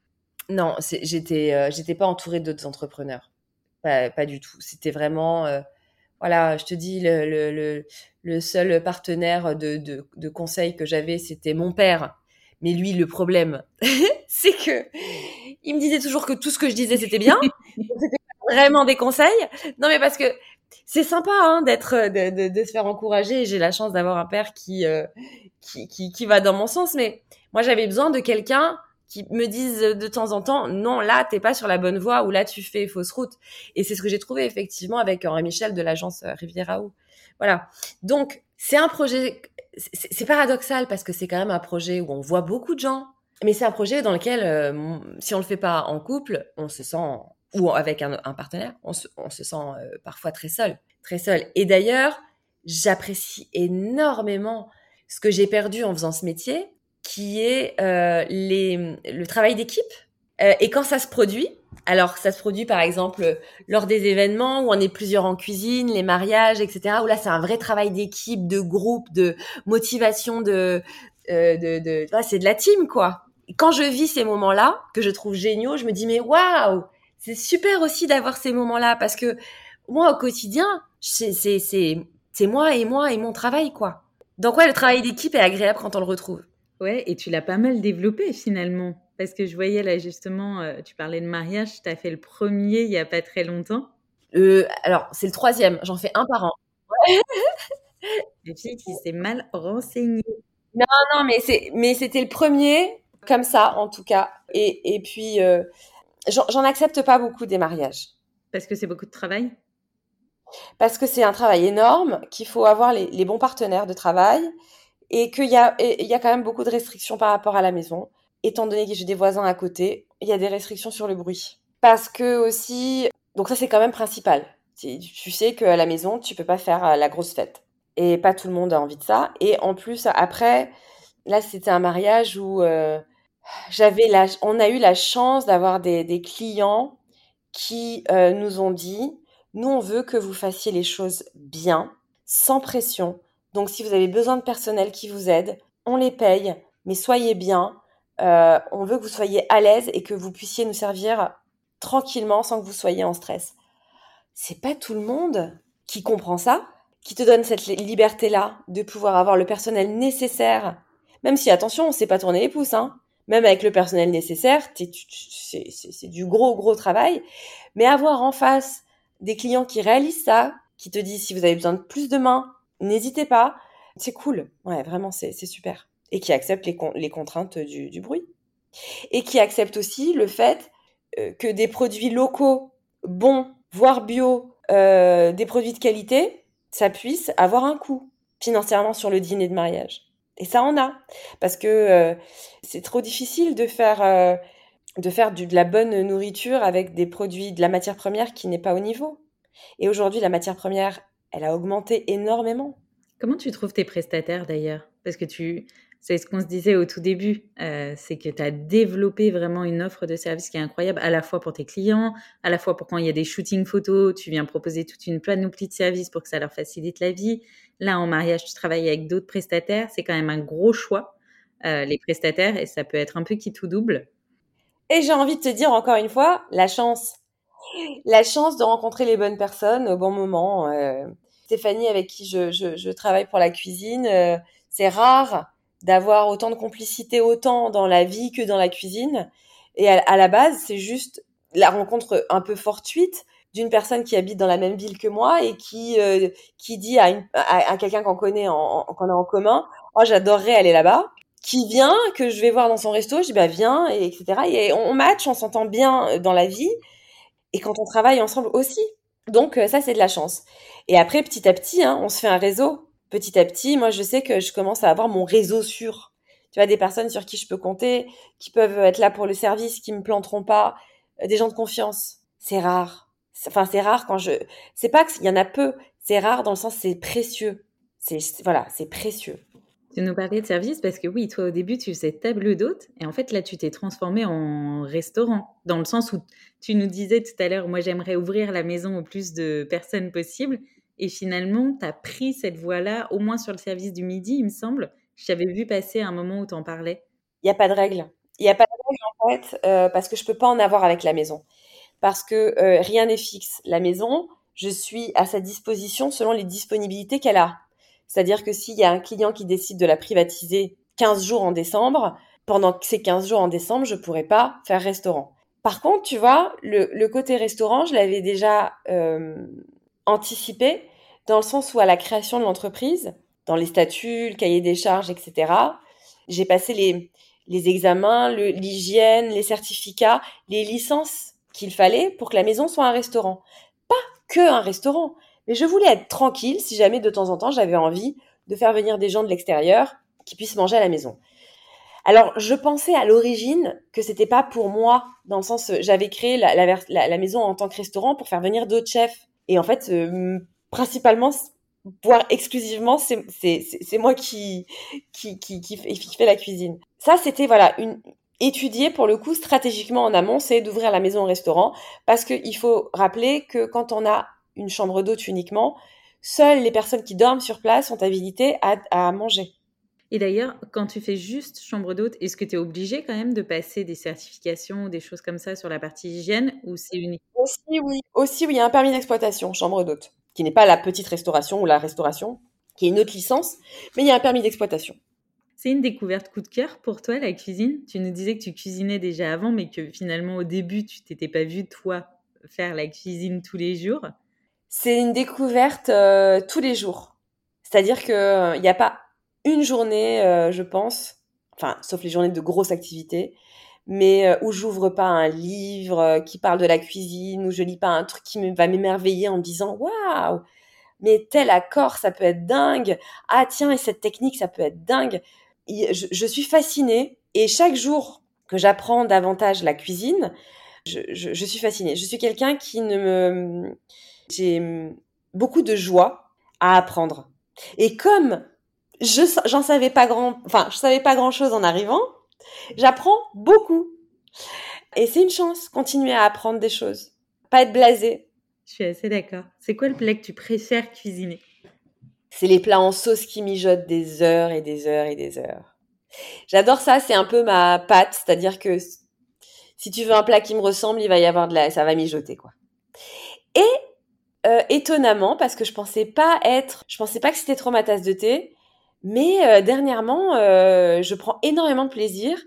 Non, c'est, j'étais, euh, j'étais pas entourée d'autres entrepreneurs. Pas, pas du tout. C'était vraiment, euh, voilà, je te dis, le, le, le, le seul partenaire de, de, de conseil que j'avais, c'était mon père. Mais lui, le problème, c'est que il me disait toujours que tout ce que je disais, c'était bien. C'était vraiment des conseils. Non, mais parce que c'est sympa hein, d'être, de, de, de se faire encourager. J'ai la chance d'avoir un père qui, euh, qui, qui, qui va dans mon sens. Mais moi, j'avais besoin de quelqu'un qui me dise de temps en temps, non, là, t'es pas sur la bonne voie ou là, tu fais fausse route. Et c'est ce que j'ai trouvé effectivement avec Henri Michel de l'agence Riviera Haut. Voilà. Donc, c'est un projet, c'est, c'est paradoxal parce que c'est quand même un projet où on voit beaucoup de gens. Mais c'est un projet dans lequel, euh, si on le fait pas en couple, on se sent, ou avec un, un partenaire, on se, on se sent euh, parfois très seul, très seul. Et d'ailleurs, j'apprécie énormément ce que j'ai perdu en faisant ce métier, qui est euh, les, le travail d'équipe. Euh, et quand ça se produit, alors ça se produit par exemple lors des événements où on est plusieurs en cuisine, les mariages, et cetera. Où là, c'est un vrai travail d'équipe, de groupe, de motivation, de, euh, de, de, de, c'est de la team, quoi. Quand je vis ces moments-là, que je trouve géniaux, je me dis, mais waouh, c'est super aussi d'avoir ces moments-là, parce que moi, au quotidien, c'est, c'est, c'est, c'est moi et moi et mon travail, quoi. Donc ouais, le travail d'équipe est agréable quand on le retrouve. Ouais, et tu l'as pas mal développé finalement, parce que je voyais là justement, euh, tu parlais de mariage, tu as fait le premier il y a pas très longtemps. Euh, alors, c'est le troisième, j'en fais un par an. La fille qui s'est mal renseignée. Non, non, mais, c'est, mais c'était le premier, comme ça en tout cas. Et, et puis, euh, j'en, j'en accepte pas beaucoup des mariages. Parce que c'est beaucoup de travail? Parce que c'est un travail énorme, qu'il faut avoir les, les bons partenaires de travail. et qu'il y a, il y a quand même beaucoup de restrictions par rapport à la maison. Étant donné que j'ai des voisins à côté, il y a des restrictions sur le bruit. Parce que aussi, donc ça c'est quand même principal. Tu sais qu'à la maison, tu peux pas faire la grosse fête. Et pas tout le monde a envie de ça. Et en plus, après, là c'était un mariage où euh, j'avais la, on a eu la chance d'avoir des, des clients qui euh, nous ont dit, nous on veut que vous fassiez les choses bien, sans pression. Donc si vous avez besoin de personnel qui vous aide, on les paye, mais soyez bien. Euh, on veut que vous soyez à l'aise et que vous puissiez nous servir tranquillement sans que vous soyez en stress. C'est pas tout le monde qui comprend ça, qui te donne cette liberté-là de pouvoir avoir le personnel nécessaire. Même si, attention, on ne sait pas tourner les pouces, hein. Même avec le personnel nécessaire, c'est, c'est, c'est du gros, gros travail. Mais avoir en face des clients qui réalisent ça, qui te disent si vous avez besoin de plus de mains, n'hésitez pas. C'est cool. Ouais, vraiment, c'est, c'est super. Et qui acceptent les, con- les contraintes du, du bruit. Et qui acceptent aussi le fait euh, que des produits locaux, bons, voire bio, euh, des produits de qualité, ça puisse avoir un coût financièrement sur le dîner de mariage. Et ça en a. Parce que euh, c'est trop difficile de faire, euh, de faire du, de la bonne nourriture avec des produits, de la matière première qui n'est pas au niveau. Et aujourd'hui, la matière première, elle a augmenté énormément. Comment tu trouves tes prestataires d'ailleurs? Parce que tu, c'est ce qu'on se disait au tout début, euh, c'est que tu as développé vraiment une offre de service qui est incroyable, à la fois pour tes clients, à la fois pour quand il y a des shootings photos, tu viens proposer toute une panoplie de services pour que ça leur facilite la vie. Là, en mariage, tu travailles avec d'autres prestataires, c'est quand même un gros choix, euh, les prestataires, et ça peut être un peu qui tout double. Et j'ai envie de te dire encore une fois, la chance. La chance de rencontrer les bonnes personnes au bon moment. Euh, Stéphanie, avec qui je, je, je travaille pour la cuisine, euh, c'est rare d'avoir autant de complicité autant dans la vie que dans la cuisine. Et à, à la base, c'est juste la rencontre un peu fortuite d'une personne qui habite dans la même ville que moi et qui euh, qui dit à, une, à, à quelqu'un qu'on connaît, en, en, qu'on a en commun, oh j'adorerais aller là-bas. Qui vient, que je vais voir dans son resto, je dis bah viens, et etc. Et on, on match, on s'entend bien dans la vie. Et quand on travaille ensemble aussi. Donc euh, ça, c'est de la chance. Et après, petit à petit, hein, on se fait un réseau. Petit à petit, moi, je sais que je commence à avoir mon réseau sûr. Tu vois, des personnes sur qui je peux compter, qui peuvent être là pour le service, qui me planteront pas, euh, des gens de confiance. C'est rare. C'est- Enfin, c'est rare quand je... C'est pas qu'il y en a peu. C'est rare dans le sens, c'est précieux. C'est, c'est- voilà, c'est précieux. Tu nous parlais de service parce que oui, toi au début tu faisais table d'hôte et en fait là tu t'es transformé en restaurant dans le sens où tu nous disais tout à l'heure, moi j'aimerais ouvrir la maison au plus de personnes possible et finalement tu as pris cette voie-là au moins sur le service du midi il me semble. Je t'avais vu passer à un moment où tu en parlais. Il n'y a pas de règle. Il n'y a pas de règle en fait, euh, parce que je peux pas en avoir avec la maison. Parce que euh, rien n'est fixe. La maison, je suis à sa disposition selon les disponibilités qu'elle a. C'est-à-dire que s'il y a un client qui décide de la privatiser quinze jours en décembre, pendant ces quinze jours en décembre, je pourrais pas faire restaurant. Par contre, tu vois, le, le côté restaurant, je l'avais déjà euh, anticipé dans le sens où à la création de l'entreprise, dans les statuts, le cahier des charges, et cetera, j'ai passé les, les examens, le, l'hygiène, les certificats, les licences qu'il fallait pour que la maison soit un restaurant. Pas que un restaurant, mais je voulais être tranquille si jamais de temps en temps j'avais envie de faire venir des gens de l'extérieur qui puissent manger à la maison. Alors, je pensais à l'origine que c'était pas pour moi, dans le sens, j'avais créé la, la, la, la maison en tant que restaurant pour faire venir d'autres chefs. Et en fait, euh, principalement, voire exclusivement, c'est, c'est, c'est, c'est moi qui, qui, qui, qui, fait, qui fait la cuisine. Ça, c'était, voilà, une, étudier pour le coup stratégiquement en amont, c'est d'ouvrir la maison au restaurant, parce qu'il faut rappeler que quand on a une chambre d'hôte uniquement, seules les personnes qui dorment sur place sont habilitées à, à manger. Et d'ailleurs, quand tu fais juste chambre d'hôte, est-ce que tu es obligé quand même de passer des certifications ou des choses comme ça sur la partie hygiène ou c'est unique? Aussi, oui. Aussi, oui, il y a un permis d'exploitation, chambre d'hôte, qui n'est pas la petite restauration ou la restauration, qui est une autre licence, mais il y a un permis d'exploitation. C'est une découverte coup de cœur pour toi, la cuisine? Tu nous disais que tu cuisinais déjà avant, mais que finalement, au début, tu t'étais pas vu, toi, faire la cuisine tous les jours. C'est une découverte euh, tous les jours. C'est-à-dire qu'il euh, n'y a pas une journée, euh, je pense, enfin, sauf les journées de grosses activités, mais euh, où j'ouvre pas un livre euh, qui parle de la cuisine, où je lis pas un truc qui me, va m'émerveiller en me disant « Waouh !» mais tel accord, ça peut être dingue. Ah tiens, et cette technique, ça peut être dingue. Je, je suis fascinée et chaque jour que j'apprends davantage la cuisine, je, je, je suis fascinée. Je suis quelqu'un qui ne me... J'ai beaucoup de joie à apprendre. Et comme je j'en savais pas grand... Enfin, je savais pas grand-chose en arrivant, j'apprends beaucoup. Et c'est une chance, continuer à apprendre des choses. Pas être blasé. Je suis assez d'accord. C'est quoi le plat que tu préfères cuisiner ? C'est les plats en sauce qui mijotent des heures et des heures et des heures. J'adore ça, c'est un peu ma patte, c'est-à-dire que si tu veux un plat qui me ressemble, il va y avoir de la... ça va mijoter, quoi. Et euh, étonnamment, parce que je pensais pas être... Je pensais pas que c'était trop ma tasse de thé, mais euh, dernièrement, euh, je prends énormément de plaisir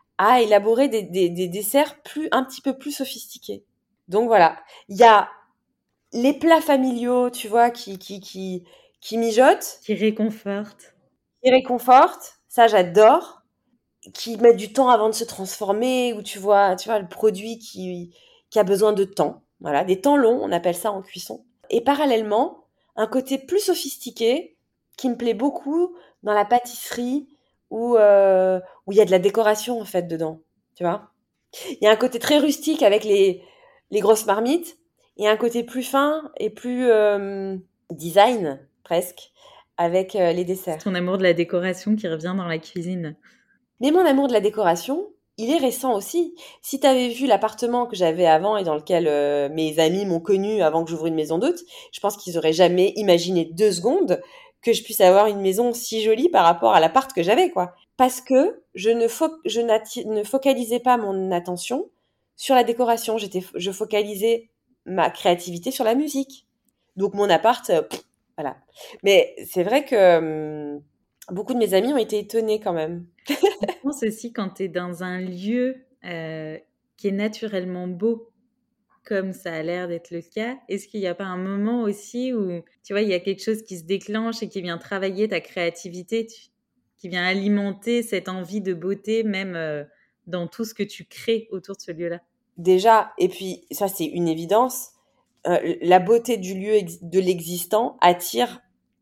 à élaborer des, des, des desserts plus, un petit peu plus sophistiqués. Donc voilà, il y a les plats familiaux, tu vois, qui, qui, qui, qui mijotent. Qui réconfortent. Qui réconfortent, ça j'adore. Qui mettent du temps avant de se transformer, ou tu vois, tu vois le produit qui, qui a besoin de temps. Voilà, des temps longs, on appelle ça en cuisson. Et parallèlement, un côté plus sophistiqué qui me plaît beaucoup dans la pâtisserie où euh, où il y a de la décoration en fait dedans, tu vois. Il y a un côté très rustique avec les les grosses marmites et un côté plus fin et plus euh, design presque avec euh, les desserts. C'est ton amour de la décoration qui revient dans la cuisine. Mais mon amour de la décoration, il est récent aussi. Si tu avais vu l'appartement que j'avais avant et dans lequel euh, mes amis m'ont connu avant que j'ouvre une maison d'hôte, je pense qu'ils auraient jamais imaginé deux secondes que je puisse avoir une maison si jolie par rapport à l'appart que j'avais, quoi. Parce que je ne, fo- je ne focalisais pas mon attention sur la décoration. J'étais, je focalisais ma créativité sur la musique. Donc mon appart, euh, pff, voilà. Mais c'est vrai que hum, beaucoup de mes amis ont été étonnés quand même. Je pense aussi quand tu es dans un lieu euh, qui est naturellement beau, comme ça a l'air d'être le cas, est-ce qu'il n'y a pas un moment aussi où, tu vois, il y a quelque chose qui se déclenche et qui vient travailler ta créativité, tu- qui vient alimenter cette envie de beauté, même euh, dans tout ce que tu crées autour de ce lieu-là? Déjà, et puis ça c'est une évidence, euh, la beauté du lieu ex- de l'existant attire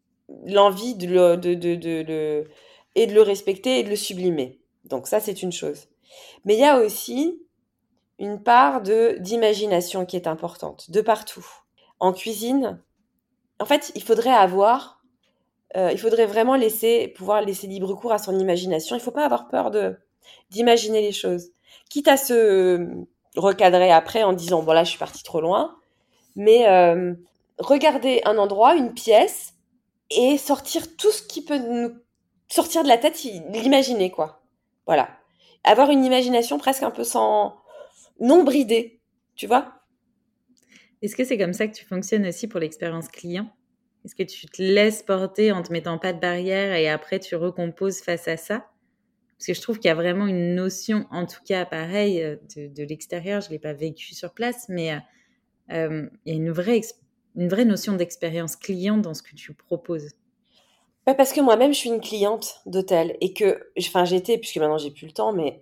l'envie de le, de, de, de, le- et de le respecter et de le sublimer. Donc ça c'est une chose. Mais il y a aussi une part de d'imagination qui est importante, de partout. En cuisine, en fait, il faudrait avoir, euh, il faudrait vraiment laisser, pouvoir laisser libre cours à son imagination. Il faut pas avoir peur de d'imaginer les choses, quitte à se recadrer après en disant bon là je suis partie trop loin, mais euh, regarder un endroit, une pièce et sortir tout ce qui peut nous sortir de la tête, l'imaginer quoi. Voilà, avoir une imagination presque un peu sans non bridée, tu vois. Est-ce que c'est comme ça que tu fonctionnes aussi pour l'expérience client? Est-ce que tu te laisses porter en te mettant pas de barrière et après tu recomposes face à ça? Parce que je trouve qu'il y a vraiment une notion, en tout cas pareil, de, de l'extérieur, je ne l'ai pas vécu sur place, mais euh, il y a une vraie, une vraie notion d'expérience client dans ce que tu proposes. Ouais, parce que moi-même, je suis une cliente d'hôtel et que, enfin, j'étais, puisque maintenant j'ai plus le temps, mais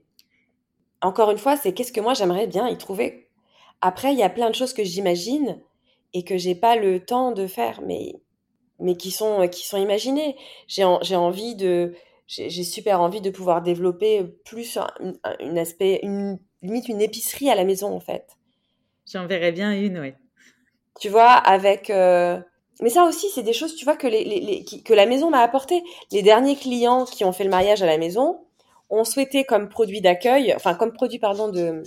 encore une fois, c'est qu'est-ce que moi j'aimerais bien y trouver. Après, il y a plein de choses que j'imagine et que j'ai pas le temps de faire, mais, mais qui sont, qui sont imaginées. J'ai, en- j'ai envie de, j'ai, j'ai super envie de pouvoir développer plus un, un- une aspect, une, limite une épicerie à la maison, en fait. J'en verrais bien une, ouais. Tu vois, avec, euh, mais ça aussi, c'est des choses, tu vois, que les, les, les- qui- que la maison m'a apporté. Les derniers clients qui ont fait le mariage à la maison ont souhaité comme produit d'accueil, enfin, comme produit, pardon, de,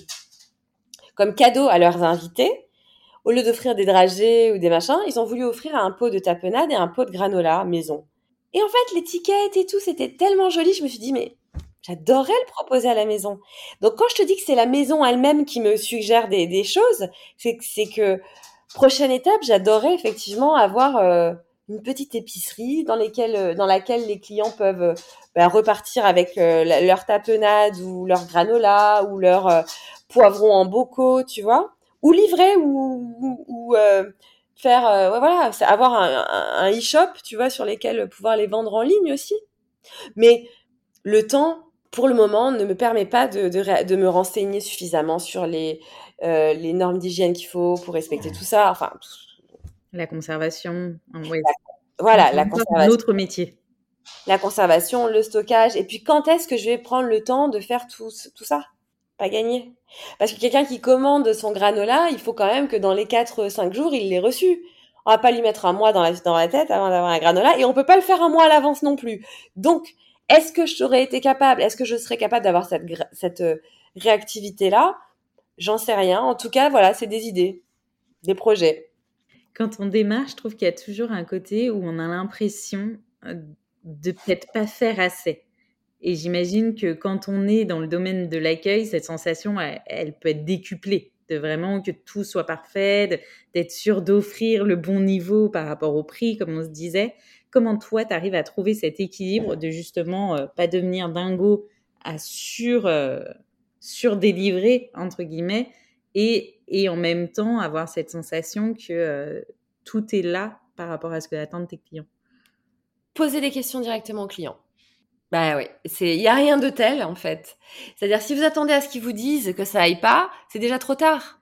comme cadeau à leurs invités, au lieu d'offrir des dragées ou des machins, ils ont voulu offrir un pot de tapenade et un pot de granola maison. Et en fait, l'étiquette et tout, c'était tellement joli, je me suis dit, mais j'adorerais le proposer à la maison. Donc, quand je te dis que c'est la maison elle-même qui me suggère des, des choses, c'est, c'est que, prochaine étape, j'adorerais effectivement avoir euh, une petite épicerie dans, lesquelles, dans laquelle les clients peuvent euh, ben, repartir avec euh, la- leur tapenade ou leur granola ou leur euh, poivron en bocaux, tu vois, ou livrer ou, ou, ou, euh, faire, euh, ouais, voilà, c'est avoir un, un, un e-shop, tu vois, sur lesquels pouvoir les vendre en ligne aussi. Mais le temps, pour le moment, ne me permet pas de, de, ré- de me renseigner suffisamment sur les, euh, les normes d'hygiène qu'il faut pour respecter tout ça. Enfin, La conservation, ouais, Voilà, la encore un conservation. autre métier. La conservation, le stockage. Et puis, quand est-ce que je vais prendre le temps de faire tout, tout ça? Pas gagné. Parce que quelqu'un qui commande son granola, il faut quand même que dans les quatre cinq jours, il l'ait reçu. On va pas lui mettre un mois dans la, dans la tête avant d'avoir un granola et on peut pas le faire un mois à l'avance non plus. Donc, est-ce que je serais été capable, est-ce que je serais capable d'avoir cette, cette euh, réactivité-là? J'en sais rien. En tout cas, voilà, c'est des idées, des projets. Quand on démarre, je trouve qu'il y a toujours un côté où on a l'impression de peut-être pas faire assez. Et j'imagine que quand on est dans le domaine de l'accueil, cette sensation, elle, elle peut être décuplée, de vraiment que tout soit parfait, de, d'être sûr d'offrir le bon niveau par rapport au prix, comme on se disait. Comment toi, tu arrives à trouver cet équilibre de justement euh, pas devenir dingo à sur, euh, surdélivrer, entre guillemets, et, et en même temps avoir cette sensation que euh, tout est là par rapport à ce que attendent tes clients? Poser des questions directement aux clients. Bah oui, c'est, il y a rien de tel en fait. C'est-à-dire si vous attendez à ce qu'ils vous disent que ça aille pas, c'est déjà trop tard.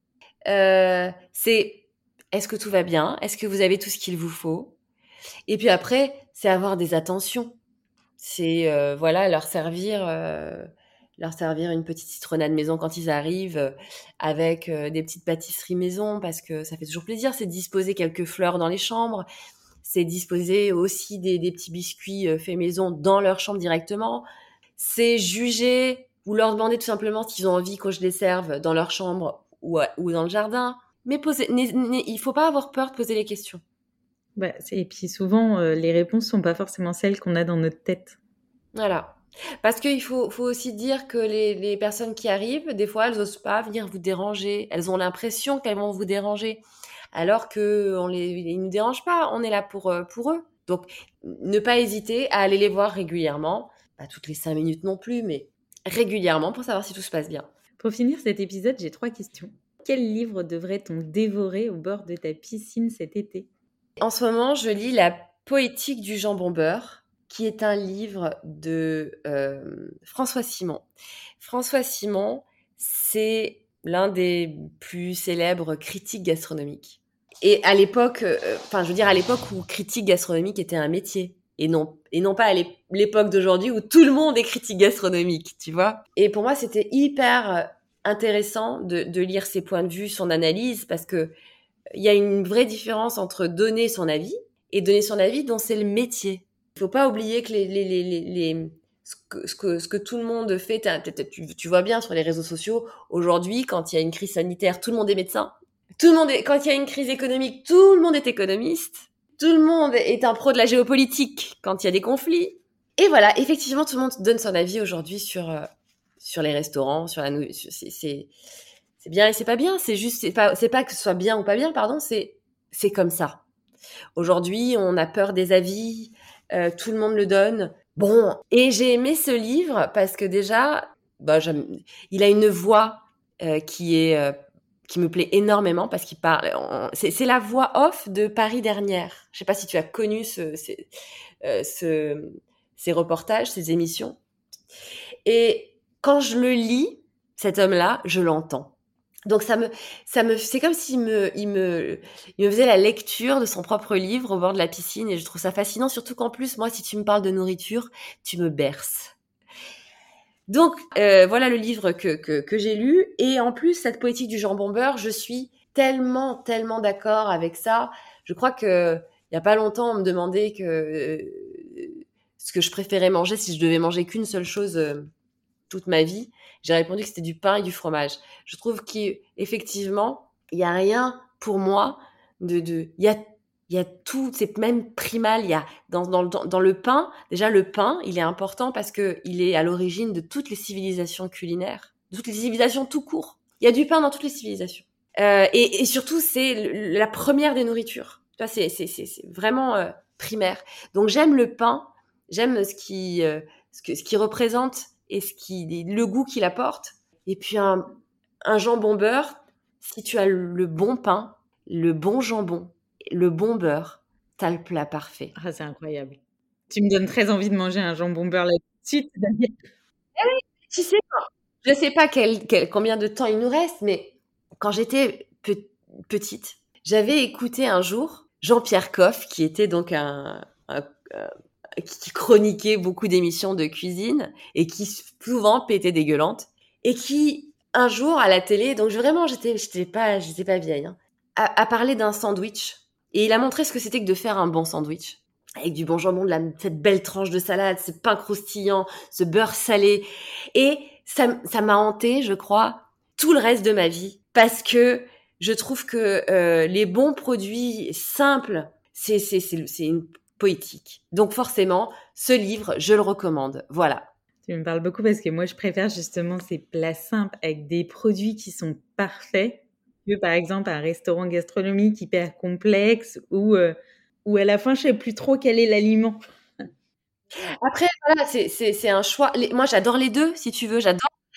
Euh, c'est est-ce que tout va bien? Est-ce que vous avez tout ce qu'il vous faut? Et puis après, c'est avoir des attentions. C'est euh, voilà, leur servir, euh, leur servir une petite citronnade maison quand ils arrivent, euh, avec euh, des petites pâtisseries maison parce que ça fait toujours plaisir. C'est disposer quelques fleurs dans les chambres. C'est disposer aussi des, des petits biscuits euh, faits maison dans leur chambre directement. C'est juger ou leur demander tout simplement s'ils ont envie que je les serve dans leur chambre ou, ou dans le jardin. Mais poser, n- n- il faut pas avoir peur de poser les questions. Bah, et puis souvent, euh, les réponses sont pas forcément celles qu'on a dans notre tête. Voilà. Parce qu'il faut, faut aussi dire que les, les personnes qui arrivent, des fois, elles osent pas venir vous déranger. Elles ont l'impression qu'elles vont vous déranger. Alors que on les, ils nous dérangent pas. On est là pour, euh, pour eux. Donc, ne pas hésiter à aller les voir régulièrement. Pas toutes les cinq minutes non plus, mais régulièrement pour savoir si tout se passe bien. Pour finir cet épisode, j'ai trois questions. Quel livre devrait-on dévorer au bord de ta piscine cet été? En ce moment, je lis La poétique du jambon beurre, qui est un livre de euh, François Simon. François Simon, c'est l'un des plus célèbres critiques gastronomiques. Et à l'époque, enfin, euh, je veux dire, à l'époque où critique gastronomique était un métier. Et non, et non pas à l'époque d'aujourd'hui où tout le monde est critique gastronomique, tu vois. Et pour moi, c'était hyper intéressant de, de lire ses points de vue, son analyse, parce que il y a une vraie différence entre donner son avis et donner son avis dont c'est le métier. Il faut pas oublier que les, les, les, les, les ce, que, ce, que, ce que tout le monde fait, tu, tu vois bien sur les réseaux sociaux, aujourd'hui, quand il y a une crise sanitaire, tout le monde est médecin. Tout le monde est, quand il y a une crise économique, tout le monde est économiste. Tout le monde est un pro de la géopolitique quand il y a des conflits. Et voilà, effectivement, tout le monde donne son avis aujourd'hui sur, euh, sur les restaurants, sur la nourriture. C'est, c'est, c'est bien et c'est pas bien. C'est juste, c'est pas, c'est pas que ce soit bien ou pas bien, pardon. C'est, c'est comme ça. Aujourd'hui, on a peur des avis. Euh, tout le monde le donne. Bon. Et j'ai aimé ce livre parce que déjà, bah, j'aime, il a une voix euh, qui est, euh, qui me plaît énormément parce qu'il parle. On, c'est, c'est la voix off de Paris Dernière. Je sais pas si tu as connu ce, ces, euh, ce, ces reportages, ces émissions. Et quand je le lis, cet homme-là, je l'entends. Donc ça me, ça me, c'est comme s'il me, il me, il me faisait la lecture de son propre livre au bord de la piscine et je trouve ça fascinant, surtout qu'en plus, moi, si tu me parles de nourriture, tu me berces. Donc euh, voilà le livre que, que, que j'ai lu et en plus, cette poétique du jambon beurre, je suis tellement, tellement d'accord avec ça. Je crois que il y a pas longtemps, on me demandait que euh, ce que je préférais manger si je devais manger qu'une seule chose euh, toute ma vie, j'ai répondu que c'était du pain et du fromage. Je trouve qu'effectivement, il n'y a rien pour moi de... de il y a, il y a tout, c'est même primal. Il y a dans, dans, dans, dans le pain, déjà le pain, il est important parce qu'il est à l'origine de toutes les civilisations culinaires, de toutes les civilisations tout court. Il y a du pain dans toutes les civilisations. Euh, et, et surtout, c'est le, la première des nourritures. Tu vois, c'est, c'est, c'est, c'est vraiment euh, primaire. Donc j'aime le pain, j'aime ce qui, euh, ce, que, ce qui représente et ce qui, le goût qu'il apporte. Et puis un, un jambon beurre, si tu as le, le bon pain, le bon jambon, le bon beurre, t'as le plat parfait. Ah, c'est incroyable. Tu me donnes très envie de manger un jambon beurre là tout de suite. Eh oui, tu sais, je sais pas quel, quel, combien de temps il nous reste, mais quand j'étais pe- petite, J'avais écouté un jour Jean-Pierre Coff, qui était donc un, un, un qui chroniquait beaucoup d'émissions de cuisine et qui souvent pétait des gueulantes et qui un jour à la télé, donc vraiment j'étais j'étais pas j'étais pas vieille, hein, a, a parlé d'un sandwich et il a montré ce que c'était que de faire un bon sandwich avec du bon jambon, de la, cette belle tranche de salade, ce pain croustillant, ce beurre salé et ça ça m'a hanté, je crois, tout le reste de ma vie parce que je trouve que euh, les bons produits simples, c'est c'est c'est c'est une poétique. Donc forcément, ce livre, je le recommande. Voilà. Tu me parles beaucoup parce que moi, je préfère justement ces plats simples avec des produits qui sont parfaits que, par exemple, un restaurant gastronomique hyper complexe où, euh, où à la fin, je sais plus trop quel est l'aliment. Après, voilà, c'est, c'est, c'est un choix. Les- moi, j'adore les deux, si tu veux. J'adore.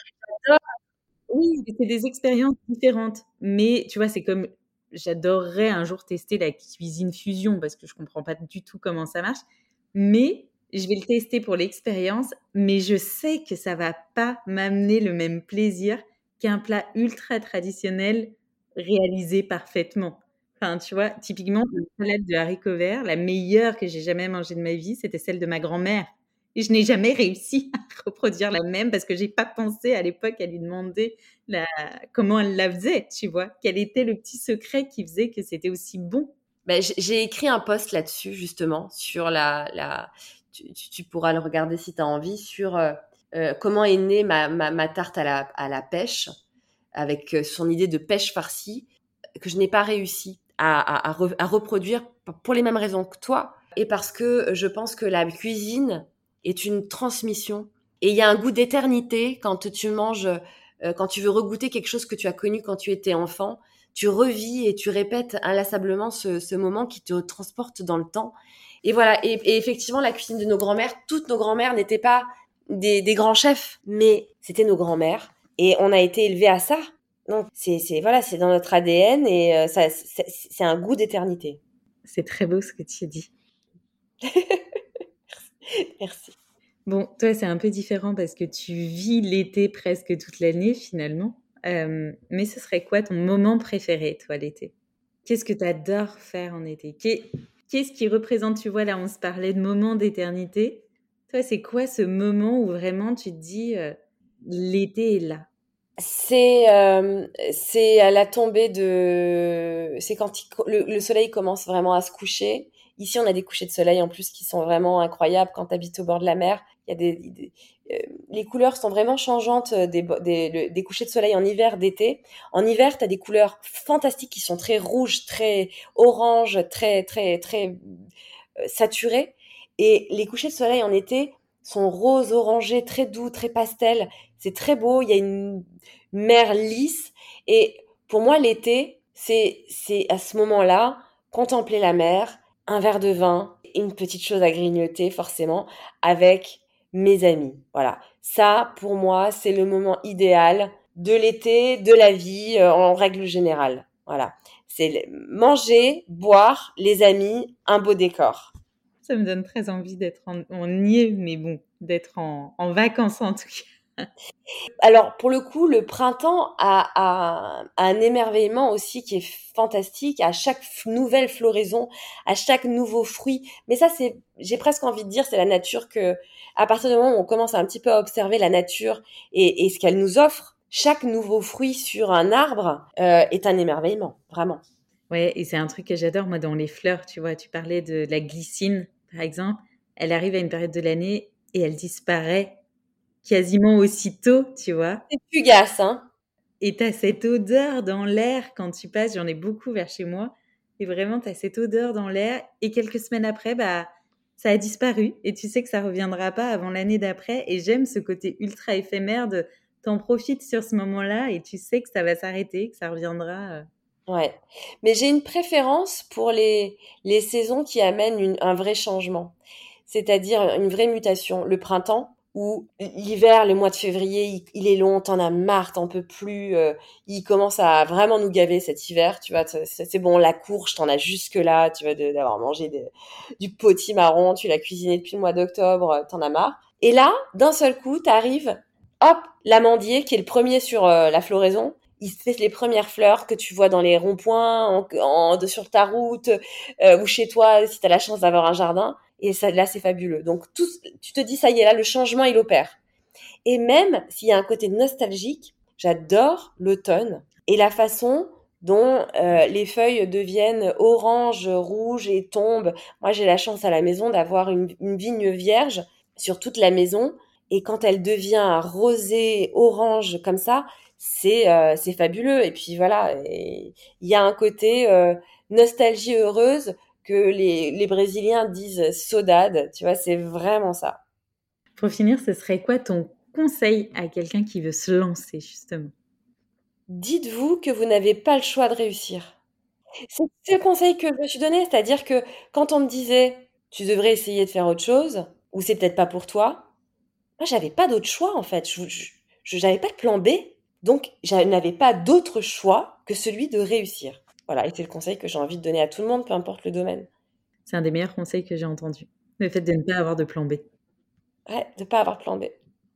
Oui, c'est des expériences différentes. Mais tu vois, c'est comme j'adorerais un jour tester la cuisine fusion parce que je comprends pas du tout comment ça marche. Mais je vais le tester pour l'expérience. Mais je sais que ça va pas m'amener le même plaisir qu'un plat ultra traditionnel réalisé parfaitement. Enfin, tu vois, typiquement, une salade de haricots verts, la meilleure que j'ai jamais mangée de ma vie, c'était celle de ma grand-mère. Et je n'ai jamais réussi à reproduire la même parce que j'ai pas pensé à l'époque à lui demander la comment elle la faisait, tu vois? Quel était le petit secret qui faisait que c'était aussi bon? Ben, j'ai j'ai écrit un post là-dessus, justement, sur la. la... Tu, tu- tu pourras le regarder si tu as envie, sur euh, euh, comment est née ma, ma, ma tarte à la, à la pêche, avec euh, son idée de pêche farcie, que je n'ai pas réussi à, à, à, re- à reproduire pour les mêmes raisons que toi, et parce que je pense que la cuisine est une transmission. Et il y a un goût d'éternité quand tu manges, euh, quand tu veux regoûter quelque chose que tu as connu quand tu étais enfant. Tu revis et tu répètes inlassablement ce, ce moment qui te transporte dans le temps. Et voilà. Et, et effectivement, la cuisine de nos grands-mères, toutes nos grands-mères n'étaient pas des, des grands chefs, mais c'était nos grands-mères. Et on a été élevés à ça. Donc, c'est, c'est, voilà, c'est dans notre A D N et euh, ça, c'est, c'est un goût d'éternité. C'est très beau ce que tu dis. Merci. Bon, toi, c'est un peu différent parce que tu vis l'été presque toute l'année finalement. Hem, mais ce serait quoi ton moment préféré, toi, l'été? Qu'est-ce que tu adores faire en été? Qu'est qu'est-ce qui représente, tu vois, là, on se parlait de moments d'éternité. Toi, c'est quoi ce moment où vraiment tu te dis, heu: «L'été est là»? C'est, euh, c'est à la tombée de, c'est quand il co- le, le soleil commence vraiment à se coucher. Ici, on a des couchers de soleil en plus qui sont vraiment incroyables quand tu habites au bord de la mer. Il y a des, des- euh, les couleurs sont vraiment changeantes euh, des, bo- des, le- des couchers de soleil en hiver, d'été. En hiver, tu as des couleurs fantastiques qui sont très rouges, très orange, très, très, très euh, saturées. Et les couchers de soleil en été sont roses, orangés, très doux, très pastel. C'est très beau. Il y a une mer lisse. Et pour moi, l'été, c'est, c'est à ce moment-là, contempler la mer, un verre de vin, une petite chose à grignoter, forcément, avec mes amis. Voilà. Ça, pour moi, c'est le moment idéal de l'été, de la vie, euh, en règle générale. Voilà. C'est le- manger, boire, les amis, un beau décor. Ça me donne très envie d'être en on y est, mais bon, d'être en en vacances en tout cas. Alors, pour le coup, le printemps a, a- a un émerveillement aussi qui est fantastique à chaque f- nouvelle floraison, à chaque nouveau fruit. Mais ça, c'est, j'ai presque envie de dire, c'est la nature que, à partir du moment où on commence un petit peu à observer la nature et, et ce qu'elle nous offre, chaque nouveau fruit sur un arbre euh, est un émerveillement, vraiment. Ouais, et c'est un truc que j'adore, moi, dans les fleurs, tu vois. Tu parlais de la glycine, par exemple. Elle arrive à une période de l'année et elle disparaît quasiment aussitôt, tu vois. C'est fugace, hein. Et t'as cette odeur dans l'air quand tu passes, j'en ai beaucoup vers chez moi. Et vraiment, t'as cette odeur dans l'air. Et quelques semaines après, bah, ça a disparu. Et tu sais que ça reviendra pas avant l'année d'après. Et j'aime ce côté ultra éphémère de t'en profites sur ce moment-là et tu sais que ça va s'arrêter, que ça reviendra. euh, Ouais. Mais j'ai une préférence pour les, les saisons qui amènent une- un vrai changement. C'est-à-dire une vraie mutation. Le printemps, où l'hiver, le mois de février, il, il est long, t'en as marre, t'en peux plus. Euh, il commence à vraiment nous gaver cet hiver, tu vois. C'est c'est bon, la courge, t'en as jusque-là, tu vois, de- d'avoir mangé de- du potimarron, tu l'as cuisiné depuis le mois d'octobre, euh, t'en as marre. Et là, d'un seul coup, t'arrives, hop, l'amandier qui est le premier sur euh, la floraison. il se fait les premières fleurs que tu vois dans les ronds-points, en, en, de, sur ta route, euh, ou chez toi, si tu as la chance d'avoir un jardin. Et ça, là, c'est fabuleux. Donc, tout, tu te dis, ça y est, là, le changement, il opère. Et même s'il y a un côté nostalgique, j'adore l'automne et la façon dont euh, les feuilles deviennent orange, rouge et tombent. Moi, j'ai la chance à la maison d'avoir une, une vigne vierge sur toute la maison. Et quand elle devient rosée, orange comme ça, c'est euh, c'est fabuleux. Et puis voilà, il y a un côté euh, nostalgie heureuse que les, les Brésiliens disent saudade. Tu vois, c'est vraiment ça. Pour finir, ce serait quoi ton conseil à quelqu'un qui veut se lancer, justement? Dites-vous que vous n'avez pas le choix de réussir. C'est c'est le conseil que je me suis donné, c'est-à-dire que quand on me disait tu devrais essayer de faire autre chose, ou c'est peut-être pas pour toi, moi j'avais pas d'autre choix en fait. Je, je, je j'avais pas de plan B, donc je n'avais pas d'autre choix que celui de réussir. Voilà, et c'est le conseil que j'ai envie de donner à tout le monde, peu importe le domaine. C'est un des meilleurs conseils que j'ai entendu. Le fait de ne pas avoir de plan B. Ouais, de pas avoir de plan B.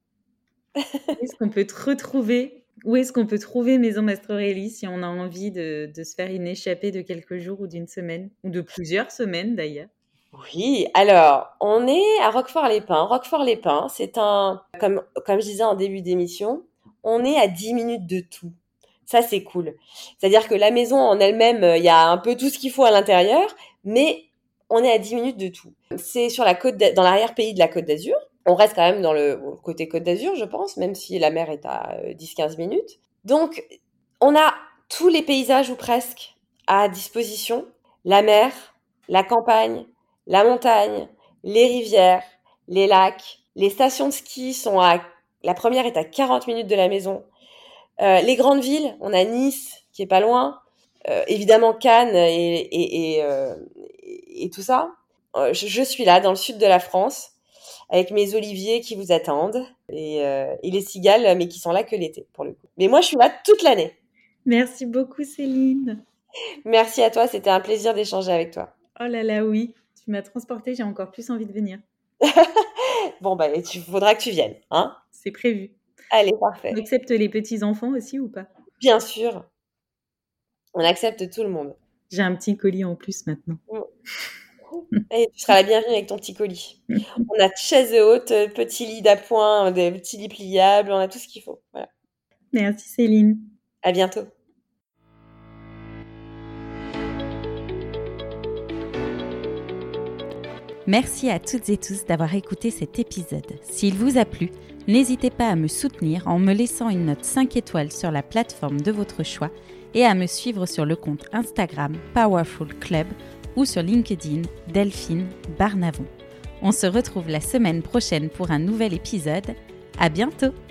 Où est-ce qu'on peut te retrouver? Où est-ce qu'on peut trouver Maison Mastrorélie si on a envie de, de se faire une échappée de quelques jours ou d'une semaine, ou de plusieurs semaines d'ailleurs? Oui, alors, on est à Roquefort-les-Pins. Roquefort-les-Pins, c'est un, comme, comme je disais en début d'émission, on est à dix minutes de tout. Ça, c'est cool. C'est-à-dire que la maison en elle-même, il y a un peu tout ce qu'il faut à l'intérieur, mais on est à dix minutes de tout. C'est sur la côte, d'A- dans l'arrière-pays de la Côte d'Azur. On reste quand même dans le côté Côte d'Azur, je pense, même si la mer est à euh, dix quinze minutes. Donc, on a tous les paysages ou presque à disposition. La mer, la campagne, la montagne, les rivières, les lacs, les stations de ski sont à, la première est à quarante minutes de la maison. Euh, les grandes villes, on a Nice qui est pas loin, euh, évidemment Cannes et, et, et, euh, et, et tout ça. Euh, je, je suis là dans le sud de la France avec mes oliviers qui vous attendent et, euh, et les cigales, mais qui sont là que l'été pour le coup. Mais moi, je suis là toute l'année. Merci beaucoup Céline. Merci à toi, c'était un plaisir d'échanger avec toi. Oh là là, oui, tu m'as transportée, j'ai encore plus envie de venir. Bon, bah, il faudra que tu viennes, hein. C'est prévu. Allez, parfait. On accepte les petits-enfants aussi ou pas? Bien sûr. On accepte tout le monde. J'ai un petit colis en plus maintenant. Et tu seras la bienvenue avec ton petit colis. On a chaise haute, petit lit d'appoint, des petits lits pliables, on a tout ce qu'il faut. Voilà. Merci Céline. À bientôt. Merci à toutes et tous d'avoir écouté cet épisode. S'il vous a plu, n'hésitez pas à me soutenir en me laissant une note cinq étoiles sur la plateforme de votre choix et à me suivre sur le compte Instagram Powerful Club ou sur LinkedIn Delphine Barnavon. On se retrouve la semaine prochaine pour un nouvel épisode. À bientôt!